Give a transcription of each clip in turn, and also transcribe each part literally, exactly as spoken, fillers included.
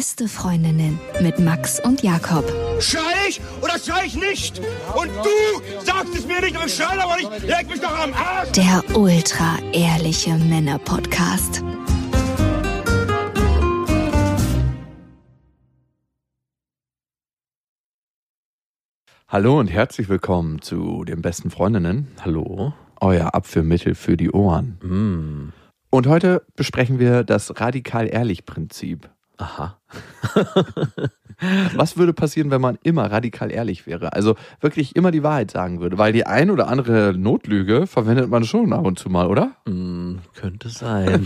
Beste Freundinnen mit Max und Jakob. Schrei ich oder schrei ich nicht? Und du sagst es mir nicht, aber ich schrei aber nicht. Leg mich doch am Arsch. Der ultra-ehrliche Männer-Podcast. Hallo und herzlich willkommen zu den besten Freundinnen. Hallo. Euer Abführmittel für die Ohren. Mm. Und heute besprechen wir das Radikal-Ehrlich-Prinzip. Aha. Was würde passieren, wenn man immer radikal ehrlich wäre? Also wirklich immer die Wahrheit sagen würde. Weil die ein oder andere Notlüge verwendet man schon ab und zu mal, oder? Mm, könnte sein.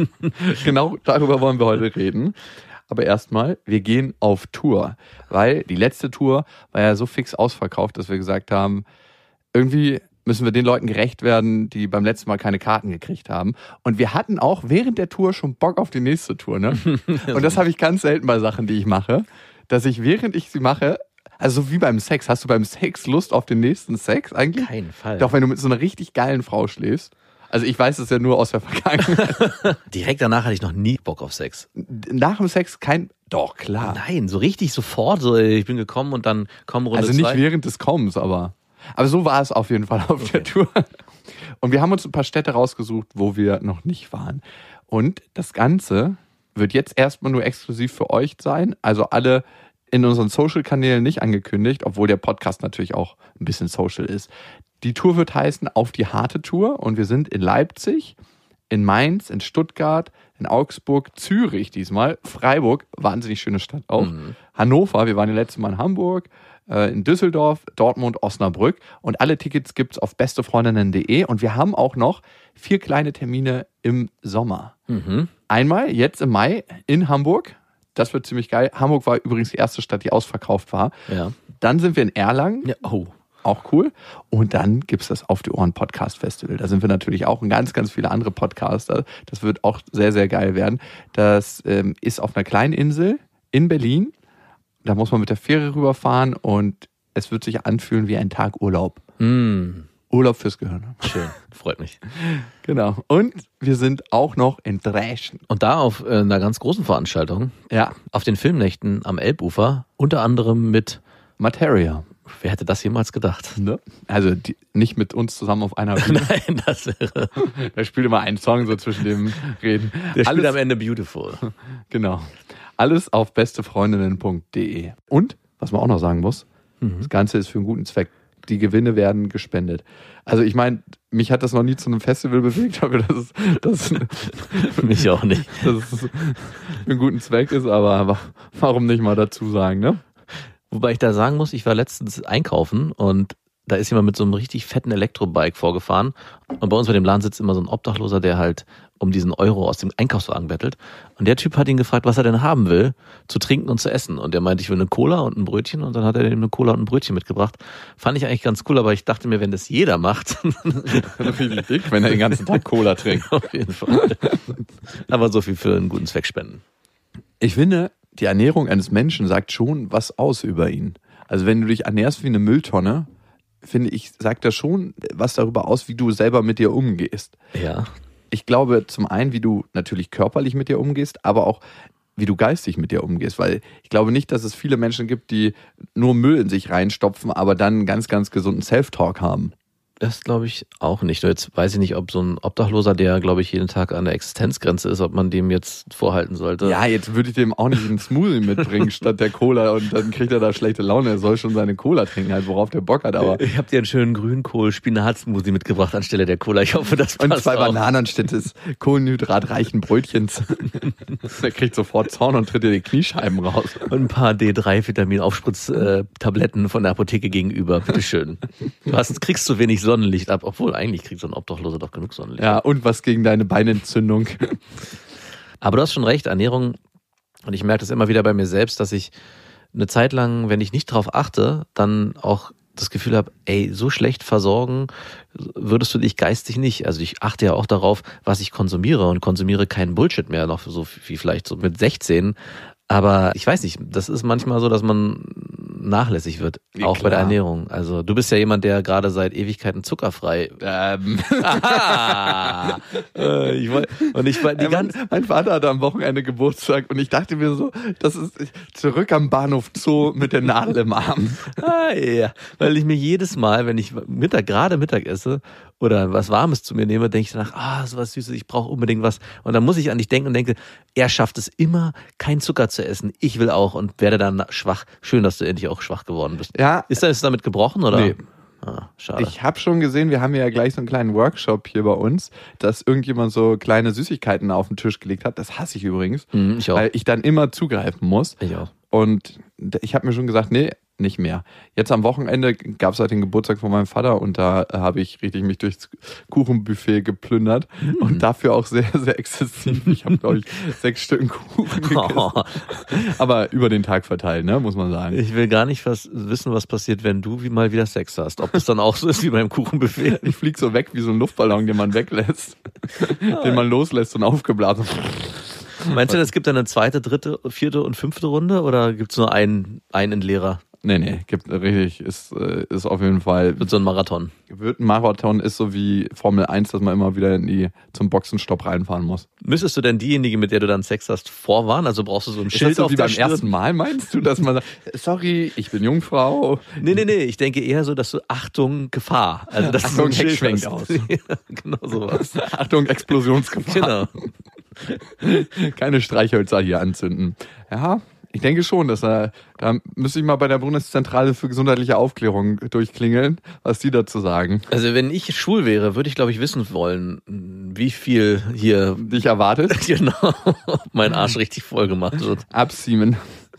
Genau darüber wollen wir heute reden. Aber erstmal, wir gehen auf Tour. Weil die letzte Tour war ja so fix ausverkauft, dass wir gesagt haben, irgendwie müssen wir den Leuten gerecht werden, die beim letzten Mal keine Karten gekriegt haben. Und wir hatten auch während der Tour schon Bock auf die nächste Tour, ne? Und das habe ich ganz selten bei Sachen, die ich mache, dass ich während ich sie mache, also so wie beim Sex, hast du beim Sex Lust auf den nächsten Sex eigentlich? Keinen Fall. Doch, wenn du mit so einer richtig geilen Frau schläfst. Also ich weiß es ja nur aus der Vergangenheit. Direkt danach hatte ich noch nie Bock auf Sex. Nach dem Sex kein... Doch, klar. Nein, so richtig sofort. So, ich bin gekommen und dann kommen Runde Also nicht zwei. während des Kommens, aber... Aber so war es auf jeden Fall auf okay. der Tour. Und wir haben uns ein paar Städte rausgesucht, wo wir noch nicht waren. Und das Ganze wird jetzt erstmal nur exklusiv für euch sein. Also alle in unseren Social-Kanälen nicht angekündigt, obwohl der Podcast natürlich auch ein bisschen social ist. Die Tour wird heißen Auf die harte Tour. Und wir sind in Leipzig, in Mainz, in Stuttgart, in Augsburg, Zürich diesmal, Freiburg, wahnsinnig schöne Stadt auch, mhm. Hannover, wir waren ja letztes Mal in Hamburg, in Düsseldorf, Dortmund, Osnabrück und alle Tickets gibt's auf bestefreundinnen punkt de und wir haben auch noch vier kleine Termine im Sommer. Mhm. Einmal jetzt im Mai in Hamburg, das wird ziemlich geil. Hamburg war übrigens die erste Stadt, die ausverkauft war. Ja. Dann sind wir in Erlangen. Ja, oh. Auch cool. Und dann gibt's das Auf die Ohren Podcast Festival. Da sind wir natürlich auch und ganz, ganz viele andere Podcaster. Das wird auch sehr, sehr geil werden. Das ähm, ist auf einer kleinen Insel in Berlin. Da muss man mit der Fähre rüberfahren und es wird sich anfühlen wie ein Tag Urlaub. Mm. Urlaub fürs Gehirn. Schön, freut mich. Genau. Und wir sind auch noch in Dresden. Und da auf äh, einer ganz großen Veranstaltung, ja, auf den Filmnächten am Elbufer, unter anderem mit Materia. Wer hätte das jemals gedacht? Ne? Also die, nicht mit uns zusammen auf einer Bühne. Nein, das wäre... Da spielt immer ein Song so zwischen dem Reden. Der spielt Alles, am Ende Beautiful. Genau. Alles auf bestefreundinnen punkt de. Und, was man auch noch sagen muss, mhm. das Ganze ist für einen guten Zweck. Die Gewinne werden gespendet. Also ich meine, mich hat das noch nie zu einem Festival bewegt, aber das ist, das mich auch nicht. Dass es für einen guten Zweck ist, aber warum nicht mal dazu sagen, ne? Wobei ich da sagen muss, ich war letztens einkaufen und da ist jemand mit so einem richtig fetten Elektrobike vorgefahren und bei uns bei dem Laden sitzt immer so ein Obdachloser, der halt um diesen Euro aus dem Einkaufswagen bettelt und der Typ hat ihn gefragt, was er denn haben will, zu trinken und zu essen und der meinte, ich will eine Cola und ein Brötchen und dann hat er ihm eine Cola und ein Brötchen mitgebracht. Fand ich eigentlich ganz cool, aber ich dachte mir, wenn das jeder macht, richtig dick, wenn er den ganzen Tag Cola trinkt. Auf jeden Fall. Aber so viel für einen guten Zweck spenden. Ich finde, die Ernährung eines Menschen sagt schon was aus über ihn. Also wenn du dich ernährst wie eine Mülltonne, finde ich, sagt das schon was darüber aus, wie du selber mit dir umgehst. Ja. Ich glaube zum einen, wie du natürlich körperlich mit dir umgehst, aber auch wie du geistig mit dir umgehst. Weil ich glaube nicht, dass es viele Menschen gibt, die nur Müll in sich reinstopfen, aber dann einen ganz, ganz gesunden Self-Talk haben. Das glaube ich auch nicht. Jetzt weiß ich nicht, ob so ein Obdachloser, der, glaube ich, jeden Tag an der Existenzgrenze ist, ob man dem jetzt vorhalten sollte. Ja, jetzt würde ich dem auch nicht einen Smoothie mitbringen statt der Cola und dann kriegt er da schlechte Laune. Er soll schon seine Cola trinken, halt, worauf der Bock hat. Aber ich habe dir einen schönen Grünkohl-Spinat-Smoothie mitgebracht anstelle der Cola. Ich hoffe, das passt. Und zwei auch. Bananen anstelle des kohlenhydratreichen Brötchens. Der kriegt sofort Zorn und tritt dir die Kniescheiben raus. Und ein paar D drei Vitamin-Aufspritz-Tabletten von der Apotheke gegenüber. Bitteschön. Du hast, kriegst zu wenig Sonnenlicht ab, obwohl eigentlich kriegt so ein Obdachloser doch genug Sonnenlicht. Ja, und was gegen deine Beinentzündung. Aber du hast schon recht, Ernährung, und ich merke das immer wieder bei mir selbst, dass ich eine Zeit lang, wenn ich nicht drauf achte, dann auch das Gefühl habe, ey, so schlecht versorgen würdest du dich geistig nicht. Also ich achte ja auch darauf, was ich konsumiere und konsumiere keinen Bullshit mehr, noch so wie vielleicht so mit sechzehn. Aber ich weiß nicht, das ist manchmal so, dass man nachlässig wird, Ja, auch bei der klar. Ernährung. Also du bist ja jemand, der gerade seit Ewigkeiten zuckerfrei. Ähm. Aha. äh, ich wollt, und ich war die Ja, mein, ganze mein Vater hatte am Wochenende Geburtstag und ich dachte mir so, das ist zurück am Bahnhof Zoo mit der Nadel im Arm. ah, ja. Weil ich mir jedes Mal, wenn ich Mittag gerade Mittag esse oder was Warmes zu mir nehme, denke ich danach, ah, so was Süßes, ich brauche unbedingt was. Und dann muss ich an dich denken und denke, er schafft es immer, kein Zucker zu essen. Ich will auch und werde dann schwach. Schön, dass du endlich auch schwach geworden bist. Ja. Ist das damit gebrochen oder? Nee. Ah, schade. Ich habe schon gesehen, wir haben ja gleich so einen kleinen Workshop hier bei uns, dass irgendjemand so kleine Süßigkeiten auf den Tisch gelegt hat. Das hasse ich übrigens, Mhm, ich auch. weil ich dann immer zugreifen muss. Ich auch. Und ich habe mir schon gesagt, nee, nicht mehr. Jetzt am Wochenende gab es halt den Geburtstag von meinem Vater und da habe ich richtig mich durchs Kuchenbuffet geplündert Mhm. und dafür auch sehr, sehr exzessiv. Ich habe, glaube ich, sechs Stück Kuchen gegessen. Aber über den Tag verteilt, ne, muss man sagen. Ich will gar nicht was, wissen, was passiert, wenn du wie mal wieder Sex hast. Ob das dann auch so ist wie beim Kuchenbuffet. Ich fliege so weg wie so ein Luftballon, den man weglässt, den man loslässt und aufgeblasen. Meinst du, es gibt dann eine zweite, dritte, vierte und fünfte Runde oder gibt es nur einen, einen Entleerer? Nee, nee, gibt richtig, ist, äh, ist auf jeden Fall, Wird so ein Marathon. wird ein Marathon, ist so wie Formel eins, dass man immer wieder in die, zum Boxenstopp reinfahren muss. Müsstest du denn diejenige, mit der du dann Sex hast, vorwarnen? Also brauchst du so ein Ist Schild das so auf wie der beim Stirn? ersten Mal, meinst du, dass man sagt, sorry, ich bin Jungfrau? Nee, nee, nee. Ich denke eher so, dass du Achtung, Gefahr. Also, dass Achtung, du so ein Heck Schild schwenkt hast. aus. Ja, genau sowas. Achtung, Explosionsgefahr. Genau. Keine Streichhölzer hier anzünden. Ja, ich denke schon, dass er, da müsste ich mal bei der Bundeszentrale für gesundheitliche Aufklärung durchklingeln, was die dazu sagen. Also wenn ich schwul wäre, würde ich, glaube ich, wissen wollen, wie viel hier Dich erwartet? genau mein Arsch richtig voll gemacht wird. Absiemen.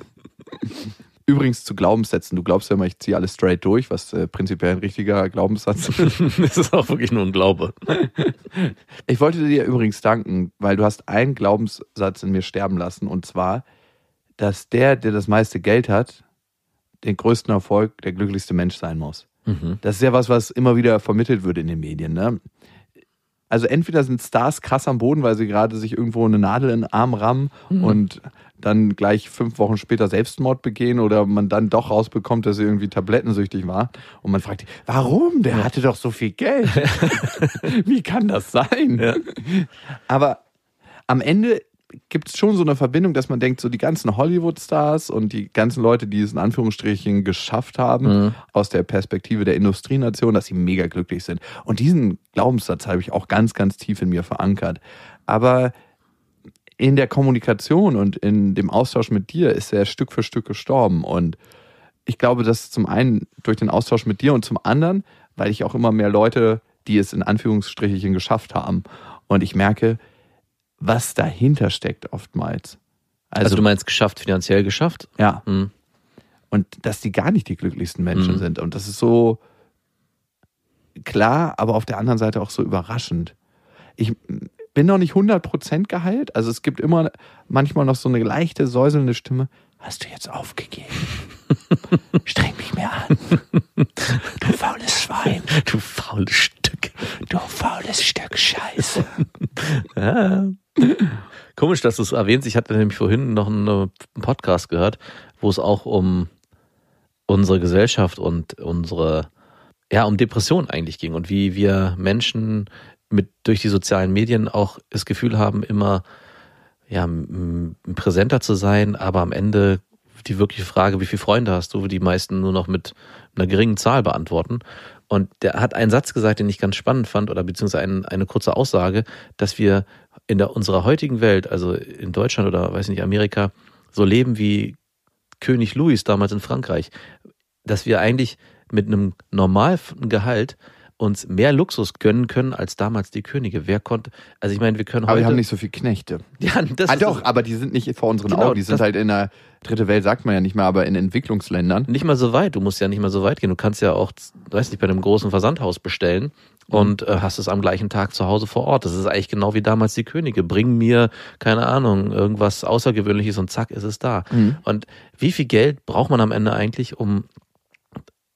Übrigens zu Glaubenssätzen. Du glaubst ja immer, ich ziehe alles straight durch, was äh, prinzipiell ein richtiger Glaubenssatz ist. Das ist auch wirklich nur ein Glaube. Ich wollte dir übrigens danken, weil du hast einen Glaubenssatz in mir sterben lassen, und zwar, dass der, der das meiste Geld hat, den größten Erfolg, der glücklichste Mensch sein muss. Mhm. Das ist ja was, was immer wieder vermittelt wird in den Medien, ne? Also entweder sind Stars krass am Boden, weil sie gerade sich irgendwo eine Nadel in den Arm rammen Mhm. und dann gleich fünf Wochen später Selbstmord begehen, oder man dann doch rausbekommt, dass sie irgendwie tablettensüchtig war und man fragt, warum? Der hatte doch so viel Geld. Wie kann das sein? Ja. Aber am Ende gibt es schon so eine Verbindung, dass man denkt, so die ganzen Hollywood-Stars und die ganzen Leute, die es in Anführungsstrichen geschafft haben, Mhm. aus der Perspektive der Industrienation, dass sie mega glücklich sind. Und diesen Glaubenssatz habe ich auch ganz, ganz tief in mir verankert. Aber in der Kommunikation und in dem Austausch mit dir ist er Stück für Stück gestorben. Und ich glaube, dass zum einen durch den Austausch mit dir und zum anderen, weil ich auch immer mehr Leute, die es in Anführungsstrichen geschafft haben. Und ich merke, was dahinter steckt oftmals. Also, Also, du meinst geschafft, finanziell geschafft? ja. Mhm. Und dass die gar nicht die glücklichsten Menschen Mhm. sind. Und das ist so klar, aber auf der anderen Seite auch so überraschend. Ich bin noch nicht hundert Prozent geheilt. Also es gibt immer manchmal noch so eine leichte, säuselnde Stimme. Hast du jetzt aufgegeben? Streng mich mehr an. Du faules Schwein. Du faules Stück. Du faules Stück Scheiße. Ja. Komisch, dass du es erwähnst. Ich hatte nämlich vorhin noch einen Podcast gehört, wo es auch um unsere Gesellschaft und unsere, ja, um Depressionen eigentlich ging und wie wir Menschen mit durch die sozialen Medien auch das Gefühl haben, immer ja, m- präsenter zu sein, aber am Ende die wirkliche Frage, wie viele Freunde hast du, die meisten nur noch mit einer geringen Zahl beantworten. Und der hat einen Satz gesagt, den ich ganz spannend fand, oder beziehungsweise ein, eine kurze Aussage, dass wir in der, unserer heutigen Welt, also in Deutschland oder weiß nicht, Amerika, so leben wie König Louis damals in Frankreich. Dass wir eigentlich mit einem normalen Gehalt uns mehr Luxus gönnen können als damals die Könige. Wer konnte, also ich meine, wir können heute... Aber wir haben nicht so viel Knechte. Ja, das Ah, ist doch, aber die sind nicht vor unseren Genau, Augen. Die sind das- halt in der dritte Welt, sagt man ja nicht mehr, aber in Entwicklungsländern. nicht mal so weit. Du musst ja nicht mal so weit gehen. Du kannst ja auch, weiß nicht, bei einem großen Versandhaus bestellen und äh, hast es am gleichen Tag zu Hause vor Ort. Das ist eigentlich genau wie damals die Könige. Bring mir, keine Ahnung, irgendwas Außergewöhnliches und zack, ist es da. Mhm. Und wie viel Geld braucht man am Ende eigentlich, um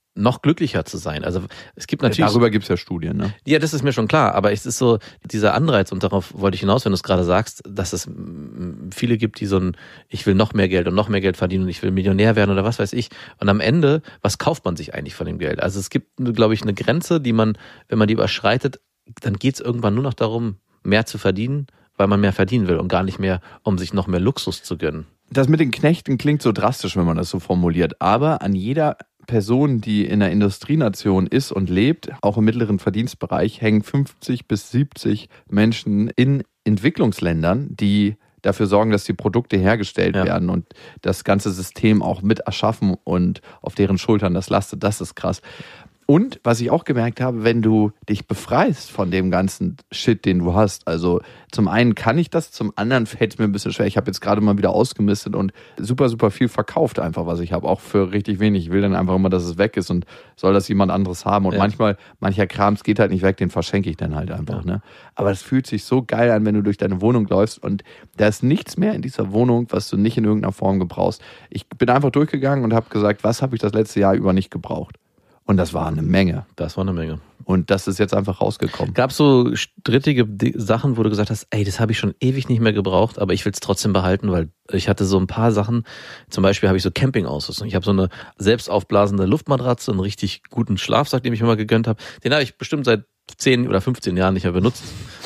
noch glücklicher zu sein. Also es gibt natürlich... Ja, darüber gibt es ja Studien, ne? Ja, das ist mir schon klar, aber es ist so dieser Anreiz, und darauf wollte ich hinaus, wenn du es gerade sagst, dass es viele gibt, die so ein, ich will noch mehr Geld und noch mehr Geld verdienen und ich will Millionär werden oder was weiß ich. Und am Ende, was kauft man sich eigentlich von dem Geld? Also es gibt, glaube ich, eine Grenze, die man, wenn man die überschreitet, dann geht es irgendwann nur noch darum, mehr zu verdienen, weil man mehr verdienen will und gar nicht mehr, um sich noch mehr Luxus zu gönnen. Das mit den Knechten klingt so drastisch, wenn man das so formuliert, aber an jeder Person, die in einer Industrienation ist und lebt, auch im mittleren Verdienstbereich, hängen fünfzig bis siebzig Menschen in Entwicklungsländern, die dafür sorgen, dass die Produkte hergestellt ja. werden und das ganze System auch mit erschaffen und auf deren Schultern das lastet. Das ist krass. Und was ich auch gemerkt habe, wenn du dich befreist von dem ganzen Shit, den du hast. Also zum einen kann ich das, zum anderen fällt es mir ein bisschen schwer. Ich habe jetzt gerade mal wieder ausgemistet und super, super viel verkauft einfach, was ich habe. Auch für richtig wenig. Ich will dann einfach immer, dass es weg ist und soll das jemand anderes haben. Und ja. manchmal, mancher Krams geht halt nicht weg, den verschenke ich dann halt einfach. Ja. Ne? Aber es fühlt sich so geil an, wenn du durch deine Wohnung läufst und da ist nichts mehr in dieser Wohnung, was du nicht in irgendeiner Form gebrauchst. Ich bin einfach durchgegangen und habe gesagt, was habe ich das letzte Jahr über nicht gebraucht? Und das war eine Menge. Das war eine Menge. Und das ist jetzt einfach rausgekommen. Gab es so strittige Sachen, wo du gesagt hast, ey, das habe ich schon ewig nicht mehr gebraucht, aber ich will es trotzdem behalten, weil ich hatte so ein paar Sachen, zum Beispiel habe ich so Campingausrüstung. Ich habe so eine selbst aufblasende Luftmatratze, einen richtig guten Schlafsack, den ich mir mal gegönnt habe. Den habe ich bestimmt seit zehn oder fünfzehn Jahren nicht mehr benutzt.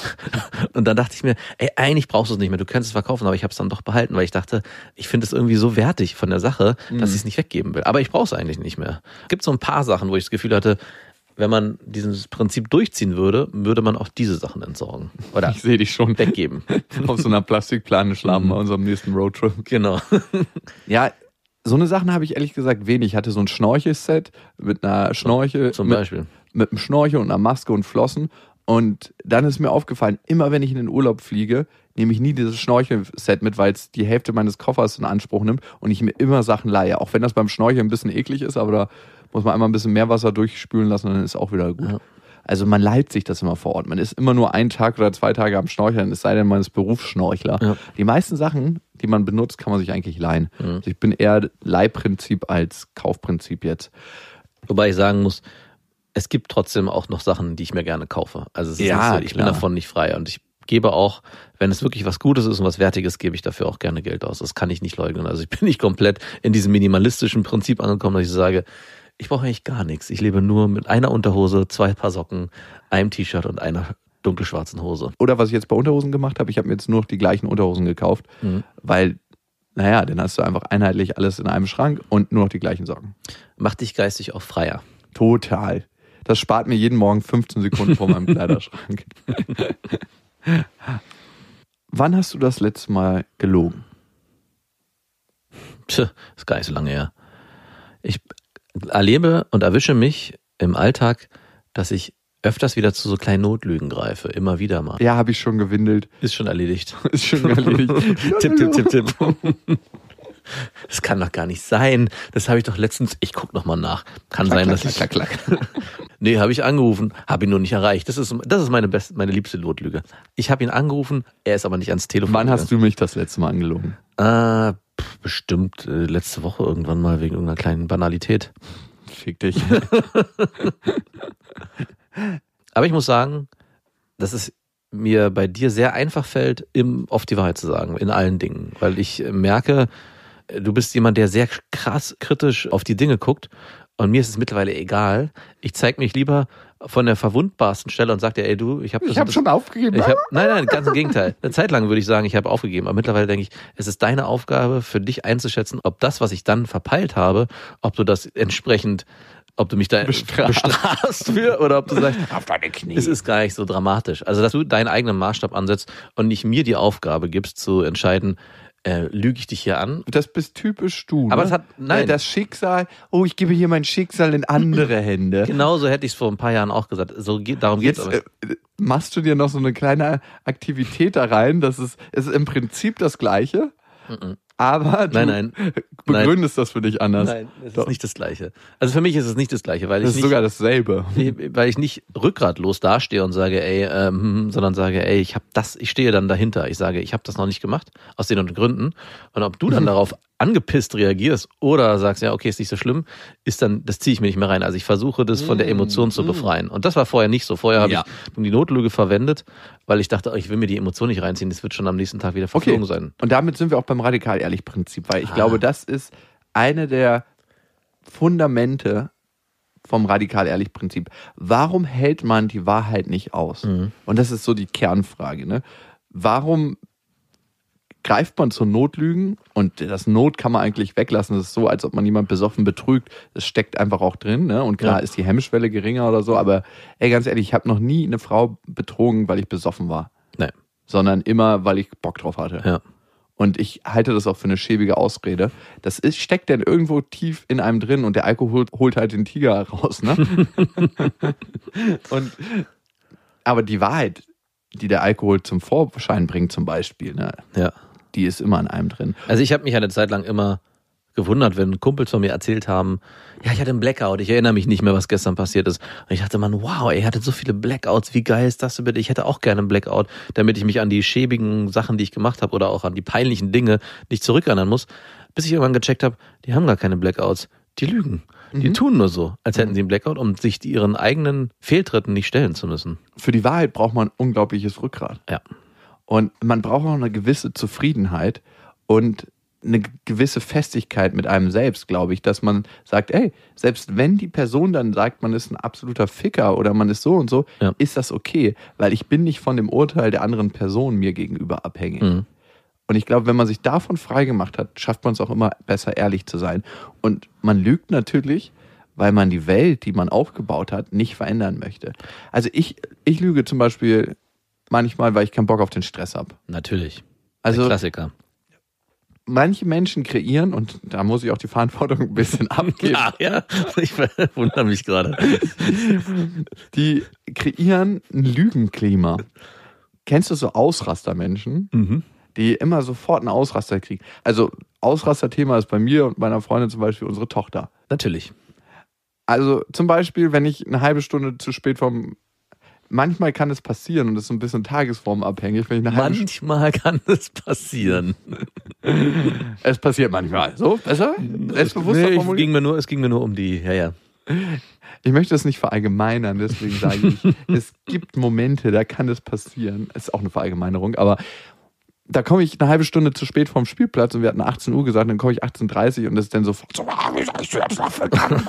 Und dann dachte ich mir, ey, eigentlich brauchst du es nicht mehr, du könntest es verkaufen, aber ich habe es dann doch behalten, weil ich dachte, ich finde es irgendwie so wertig von der Sache, dass mhm. ich es nicht weggeben will. Aber ich brauche es eigentlich nicht mehr. Es gibt so ein paar Sachen, wo ich das Gefühl hatte, wenn man dieses Prinzip durchziehen würde, würde man auch diese Sachen entsorgen. Oder ich sehe dich schon weggeben. Auf so einer Plastikplane schlafen bei unserem nächsten Roadtrip. Genau. Ja, so eine Sachen habe ich ehrlich gesagt wenig. Ich hatte so ein Schnorchelset mit einer Schnorchel. Zum mit, Beispiel. Mit einem Schnorchel und einer Maske und Flossen. Und dann ist mir aufgefallen, immer wenn ich in den Urlaub fliege, nehme ich nie dieses Schnorchelset mit, weil es die Hälfte meines Koffers in Anspruch nimmt und ich mir immer Sachen leihe. Auch wenn das beim Schnorcheln ein bisschen eklig ist, aber da muss man einmal ein bisschen Meerwasser durchspülen lassen und dann ist auch wieder gut. Ja. Also man leiht sich das immer vor Ort. Man ist immer nur einen Tag oder zwei Tage am Schnorcheln, es sei denn, man ist Berufsschnorchler. Ja. Die meisten Sachen, die man benutzt, kann man sich eigentlich leihen. Mhm. Also ich bin eher Leihprinzip als Kaufprinzip jetzt. Wobei ich sagen muss, es gibt trotzdem auch noch Sachen, die ich mir gerne kaufe. Also es ist ja, nicht so, ich klar. bin davon nicht frei und ich gebe auch, wenn es wirklich was Gutes ist und was Wertiges, gebe ich dafür auch gerne Geld aus. Das kann ich nicht leugnen. Also ich bin nicht komplett in diesem minimalistischen Prinzip angekommen, dass ich sage, ich brauche eigentlich gar nichts. Ich lebe nur mit einer Unterhose, zwei Paar Socken, einem T-Shirt und einer dunkelschwarzen Hose. Oder was ich jetzt bei Unterhosen gemacht habe, ich habe mir jetzt nur noch die gleichen Unterhosen gekauft, mhm. weil, naja, dann hast du einfach einheitlich alles in einem Schrank und nur noch die gleichen Socken. Macht dich geistig auch freier. Total. Das spart mir jeden Morgen fünfzehn Sekunden vor meinem Kleiderschrank. Wann hast du das letzte Mal gelogen? Tja, ist gar nicht so lange her. Ich erlebe und erwische mich im Alltag, dass ich öfters wieder zu so kleinen Notlügen greife. Immer wieder mal. Ja, habe ich schon gewindelt. Ist schon erledigt. Ist schon erledigt. Tipp, tipp, tipp, tipp. Das kann doch gar nicht sein. Das habe ich doch letztens, ich gucke nochmal nach. Kann klack, sein, klack, dass klack, ich... klack, klack. Nee, habe ich angerufen, habe ihn nur nicht erreicht. Das ist, das ist meine beste, meine liebste Notlüge. Ich habe ihn angerufen, er ist aber nicht ans Telefon. Wann hast du mich das letzte Mal angelogen? Äh, pff, bestimmt äh, letzte Woche irgendwann mal wegen irgendeiner kleinen Banalität. Fick dich. Aber ich muss sagen, dass es mir bei dir sehr einfach fällt, im, oft die Wahrheit zu sagen, in allen Dingen. Weil ich merke, du bist jemand, der sehr krass kritisch auf die Dinge guckt. Und mir ist es mittlerweile egal. Ich zeige mich lieber von der verwundbarsten Stelle und sage dir, ey du, ich habe Ich habe schon aufgegeben. Ich hab, nein, nein, ganz im Gegenteil. Eine Zeit lang würde ich sagen, ich habe aufgegeben. Aber mittlerweile denke ich, es ist deine Aufgabe, für dich einzuschätzen, ob das, was ich dann verpeilt habe, ob du das entsprechend, ob du mich da Bestrafst. bestrafst für oder ob du sagst, auf deine Knie. Es ist gar nicht so dramatisch. Also, dass du deinen eigenen Maßstab ansetzt und nicht mir die Aufgabe gibst, zu entscheiden, Äh, lüge ich dich hier an? Das bist typisch du. Aber ne? es hat, nein. Das Schicksal, oh, ich gebe hier mein Schicksal in andere Hände. Genauso hätte ich es vor ein paar Jahren auch gesagt. So geht, darum geht es. Äh, machst du dir noch so eine kleine Aktivität da rein? Das ist, es ist im Prinzip das Gleiche, Mhm. aber du Nein, nein. begründest das für dich anders. Nein, es Doch. ist nicht das Gleiche. Also für mich ist es nicht das Gleiche, weil Das ich ist nicht, sogar dasselbe. weil ich nicht rückgratlos dastehe und sage, ey, ähm, sondern sage, ey, ich habe das, ich stehe dann dahinter. Ich sage, ich habe das noch nicht gemacht, aus den und den Gründen. Und ob du dann darauf angepisst reagierst oder sagst, ja, okay, ist nicht so schlimm, ist dann, das ziehe ich mir nicht mehr rein. Also ich versuche, das von der Emotion zu befreien. Und das war vorher nicht so. Vorher habe Ja. ich die Notlüge verwendet, weil ich dachte, oh, ich will mir die Emotion nicht reinziehen, das wird schon am nächsten Tag wieder verflogen Okay. sein. Und damit sind wir auch beim Radikal-Ehrlich-Prinzip, weil ich Ah. glaube, das ist eine der Fundamente vom Radikal-Ehrlich-Prinzip. Warum hält man die Wahrheit nicht aus? Mhm. Und das ist so die Kernfrage. Ne? Warum greift man zu Notlügen? Und das Not kann man eigentlich weglassen. Das ist so, als ob man jemand besoffen betrügt. Das steckt einfach auch drin. Ne? Und klar Ja. ist die Hemmschwelle geringer oder so. Aber ey, ganz ehrlich, ich habe noch nie eine Frau betrogen, weil ich besoffen war. Nee. Sondern immer, weil ich Bock drauf hatte. Ja. Und ich halte das auch für eine schäbige Ausrede. Das ist, steckt dann irgendwo tief in einem drin und der Alkohol holt halt den Tiger raus, ne? und, aber die Wahrheit, die der Alkohol zum Vorschein bringt zum Beispiel, ne, Ja. die ist immer in einem drin. Also ich habe mich eine Zeit lang immer gewundert, wenn Kumpels von mir erzählt haben, ja, ich hatte einen Blackout, ich erinnere mich nicht mehr, was gestern passiert ist. Und ich dachte, man, wow, ey, ihr hattet so viele Blackouts, wie geil ist das denn bitte? Ich hätte auch gerne einen Blackout, damit ich mich an die schäbigen Sachen, die ich gemacht habe oder auch an die peinlichen Dinge nicht zurückerinnern muss. Bis ich irgendwann gecheckt habe, die haben gar keine Blackouts, die lügen. Die Mhm. tun nur so, als hätten sie einen Blackout, um sich ihren eigenen Fehltritten nicht stellen zu müssen. Für die Wahrheit braucht man unglaubliches Rückgrat. Ja. Und man braucht auch eine gewisse Zufriedenheit und eine gewisse Festigkeit mit einem selbst, glaube ich, dass man sagt, ey, selbst wenn die Person dann sagt, man ist ein absoluter Ficker oder man ist so und so, Ja. ist das okay, weil ich bin nicht von dem Urteil der anderen Person mir gegenüber abhängig. Mhm. Und ich glaube, wenn man sich davon frei gemacht hat, schafft man es auch immer besser, ehrlich zu sein. Und man lügt natürlich, weil man die Welt, die man aufgebaut hat, nicht verändern möchte. Also ich, ich lüge zum Beispiel manchmal, weil ich keinen Bock auf den Stress habe. Natürlich. Also Der Klassiker. manche Menschen kreieren, und da muss ich auch die Verantwortung ein bisschen abgeben, Ach ja, ich wundere mich gerade. die kreieren ein Lügenklima. Kennst du so Ausrastermenschen, Mhm. die immer sofort einen Ausraster kriegen? Also Ausrasterthema ist bei mir und meiner Freundin zum Beispiel unsere Tochter. Natürlich. Also zum Beispiel, wenn ich eine halbe Stunde zu spät vom... Manchmal kann es passieren und das ist so ein bisschen tagesformabhängig, wenn ich eine halbe Stunde... Manchmal kann es passieren. Es passiert manchmal. So, besser? Selbstbewusster Nee, es, formuliert? ging mir nur, es ging mir nur um die, ja, ja. Ich möchte das nicht verallgemeinern, deswegen sage ich, es gibt Momente, da kann es passieren. Ist auch eine Verallgemeinerung, aber da komme ich eine halbe Stunde zu spät vom Spielplatz und wir hatten achtzehn Uhr gesagt, dann komme ich achtzehn Uhr dreißig und das ist dann sofort so, wie soll ich zu jetzt noch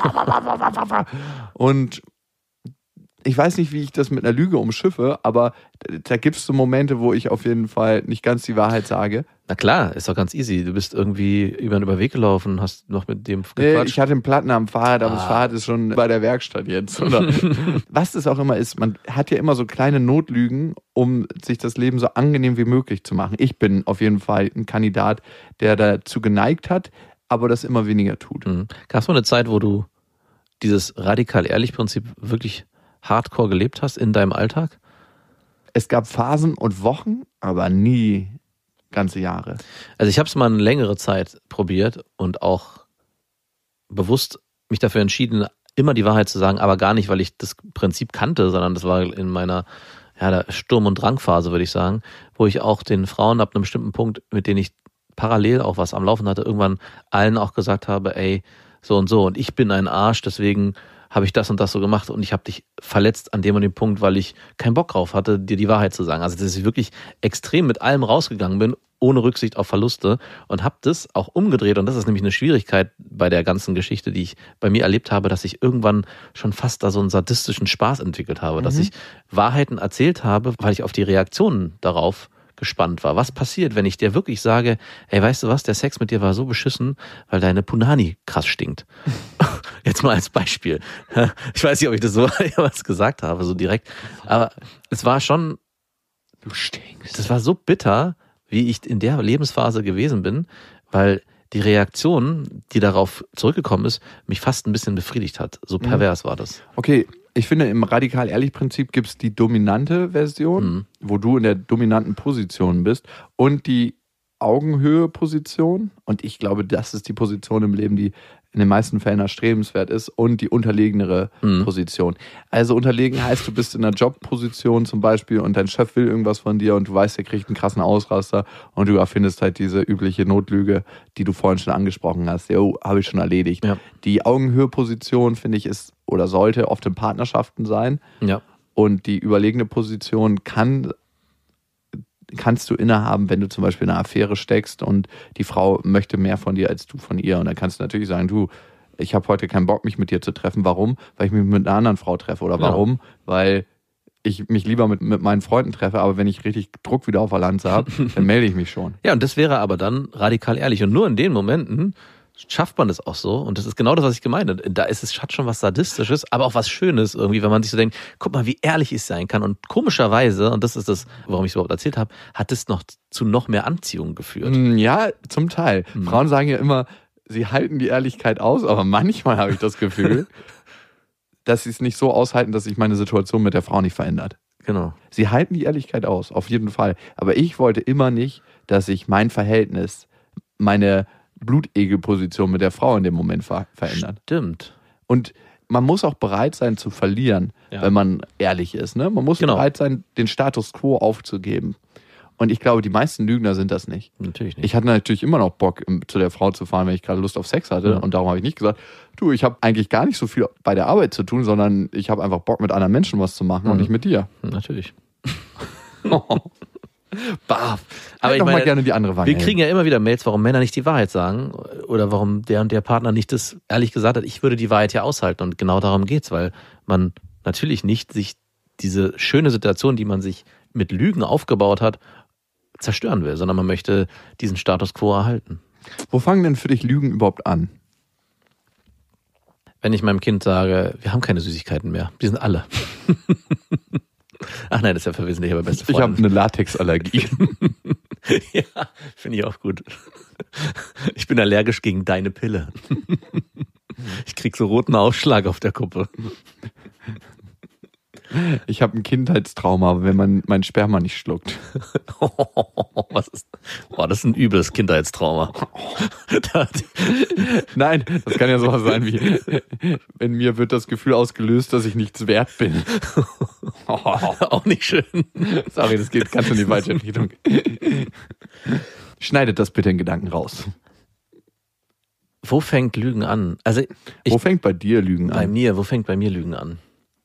und ich weiß nicht, wie ich das mit einer Lüge umschiffe, aber da gibt es so Momente, wo ich auf jeden Fall nicht ganz die Wahrheit sage. Na klar, ist doch ganz easy. Du bist irgendwie über den Überweg gelaufen, hast noch mit dem Nee, gequatscht. ich hatte einen Platten am Fahrrad, aber Ah. das Fahrrad ist schon bei der Werkstatt jetzt. Oder was es auch immer ist, man hat ja immer so kleine Notlügen, um sich das Leben so angenehm wie möglich zu machen. Ich bin auf jeden Fall ein Kandidat, der dazu geneigt hat, aber das immer weniger tut. Mhm. Gab es mal eine Zeit, wo du dieses radikal-ehrlich-Prinzip wirklich hardcore gelebt hast in deinem Alltag? Es gab Phasen und Wochen, aber nie ganze Jahre. Also ich habe es mal eine längere Zeit probiert und auch bewusst mich dafür entschieden, immer die Wahrheit zu sagen, aber gar nicht, weil ich das Prinzip kannte, sondern das war in meiner ja, der Sturm- und Drangphase, würde ich sagen, wo ich auch den Frauen ab einem bestimmten Punkt, mit denen ich parallel auch was am Laufen hatte, irgendwann allen auch gesagt habe, ey, so und so und ich bin ein Arsch, deswegen habe ich das und das so gemacht und ich habe dich verletzt an dem und dem Punkt, weil ich keinen Bock drauf hatte, dir die Wahrheit zu sagen. Also dass ich wirklich extrem mit allem rausgegangen bin, ohne Rücksicht auf Verluste und habe das auch umgedreht und das ist nämlich eine Schwierigkeit bei der ganzen Geschichte, die ich bei mir erlebt habe, dass ich irgendwann schon fast da so einen sadistischen Spaß entwickelt habe, mhm. dass ich Wahrheiten erzählt habe, weil ich auf die Reaktionen darauf gespannt war. Was passiert, wenn ich dir wirklich sage, ey, weißt du was, der Sex mit dir war so beschissen, weil deine Punani krass stinkt. Jetzt mal als Beispiel. Ich weiß nicht, ob ich das so was gesagt habe, so direkt. Aber es war schon, Du stinkst. das war so bitter, wie ich in der Lebensphase gewesen bin, weil die Reaktion, die darauf zurückgekommen ist, mich fast ein bisschen befriedigt hat. So pervers war das. Okay, ich finde, im Radikal-Ehrlich-Prinzip gibt es die dominante Version, Mhm. wo du in der dominanten Position bist und die Augenhöhe-Position. Und ich glaube, das ist die Position im Leben, die in den meisten Fällen erstrebenswert ist und die unterlegenere mhm. Position. Also unterlegen heißt, du bist in einer Jobposition zum Beispiel und dein Chef will irgendwas von dir und du weißt, der kriegt einen krassen Ausraster und du erfindest halt diese übliche Notlüge, die du vorhin schon angesprochen hast. Jo, habe ich schon erledigt. Ja. Die Augenhöhe-Position, finde ich, ist oder sollte oft in Partnerschaften sein. Ja. Und die überlegene Position kann kannst du innehaben, wenn du zum Beispiel in einer Affäre steckst und die Frau möchte mehr von dir als du von ihr. Und dann kannst du natürlich sagen, du, ich habe heute keinen Bock, mich mit dir zu treffen. Warum? Weil ich mich mit einer anderen Frau treffe. Oder warum? Ja. Weil ich mich lieber mit, mit meinen Freunden treffe, aber wenn ich richtig Druck wieder auf der Lanze habe, dann melde ich mich schon. Ja, und das wäre aber dann radikal ehrlich. Und nur in den Momenten schafft man das auch so. Und das ist genau das, was ich gemeint habe. Da ist es hat schon was Sadistisches, aber auch was Schönes irgendwie, wenn man sich so denkt, guck mal, wie ehrlich ich sein kann. Und komischerweise, und das ist das, warum ich es überhaupt erzählt habe, hat es noch zu noch mehr Anziehung geführt. Ja, zum Teil. Mhm. Frauen sagen ja immer, sie halten die Ehrlichkeit aus, aber manchmal habe ich das Gefühl, dass sie es nicht so aushalten, dass sich meine Situation mit der Frau nicht verändert. Genau. Sie halten die Ehrlichkeit aus, auf jeden Fall. Aber ich wollte immer nicht, dass sich mein Verhältnis, meine Blutegelposition mit der Frau in dem Moment ver- verändert. Stimmt. Und man muss auch bereit sein zu verlieren, ja. wenn man ehrlich ist. Ne? Man muss genau. bereit sein, den Status quo aufzugeben. Und ich glaube, die meisten Lügner sind das nicht. Natürlich nicht. Ich hatte natürlich immer noch Bock, zu der Frau zu fahren, wenn ich gerade Lust auf Sex hatte. Ja. Und darum habe ich nicht gesagt, du, ich habe eigentlich gar nicht so viel bei der Arbeit zu tun, sondern ich habe einfach Bock, mit anderen Menschen was zu machen mhm. und nicht mit dir. Natürlich. Baff. Aber halt ich noch meine, mal gerne die andere Wange. Wir kriegen ja immer wieder Mails, warum Männer nicht die Wahrheit sagen oder warum der und der Partner nicht das ehrlich gesagt hat. Ich würde die Wahrheit ja aushalten und genau darum geht's, weil man natürlich nicht sich diese schöne Situation, die man sich mit Lügen aufgebaut hat, zerstören will, sondern man möchte diesen Status quo erhalten. Wo fangen denn für dich Lügen überhaupt an? Wenn ich meinem Kind sage, wir haben keine Süßigkeiten mehr, die sind alle. Ach nein, das ist ja verwesentlich, aber beste Freundin. Ich habe eine Latexallergie. Ja, finde ich auch gut. Ich bin allergisch gegen deine Pille. Ich krieg so roten Ausschlag auf der Kuppe. Ich habe ein Kindheitstrauma, wenn man mein Sperma nicht schluckt. Was ist? Boah, das ist ein übles Kindheitstrauma. Nein, das kann ja sowas sein wie, in mir wird das Gefühl ausgelöst, dass ich nichts wert bin. Auch nicht schön. Sorry, das geht ganz in die falsche Richtung. Schneidet das bitte in Gedanken raus. Wo fängt Lügen an? Also ich, wo fängt bei dir Lügen an? Bei mir, wo fängt bei mir Lügen an?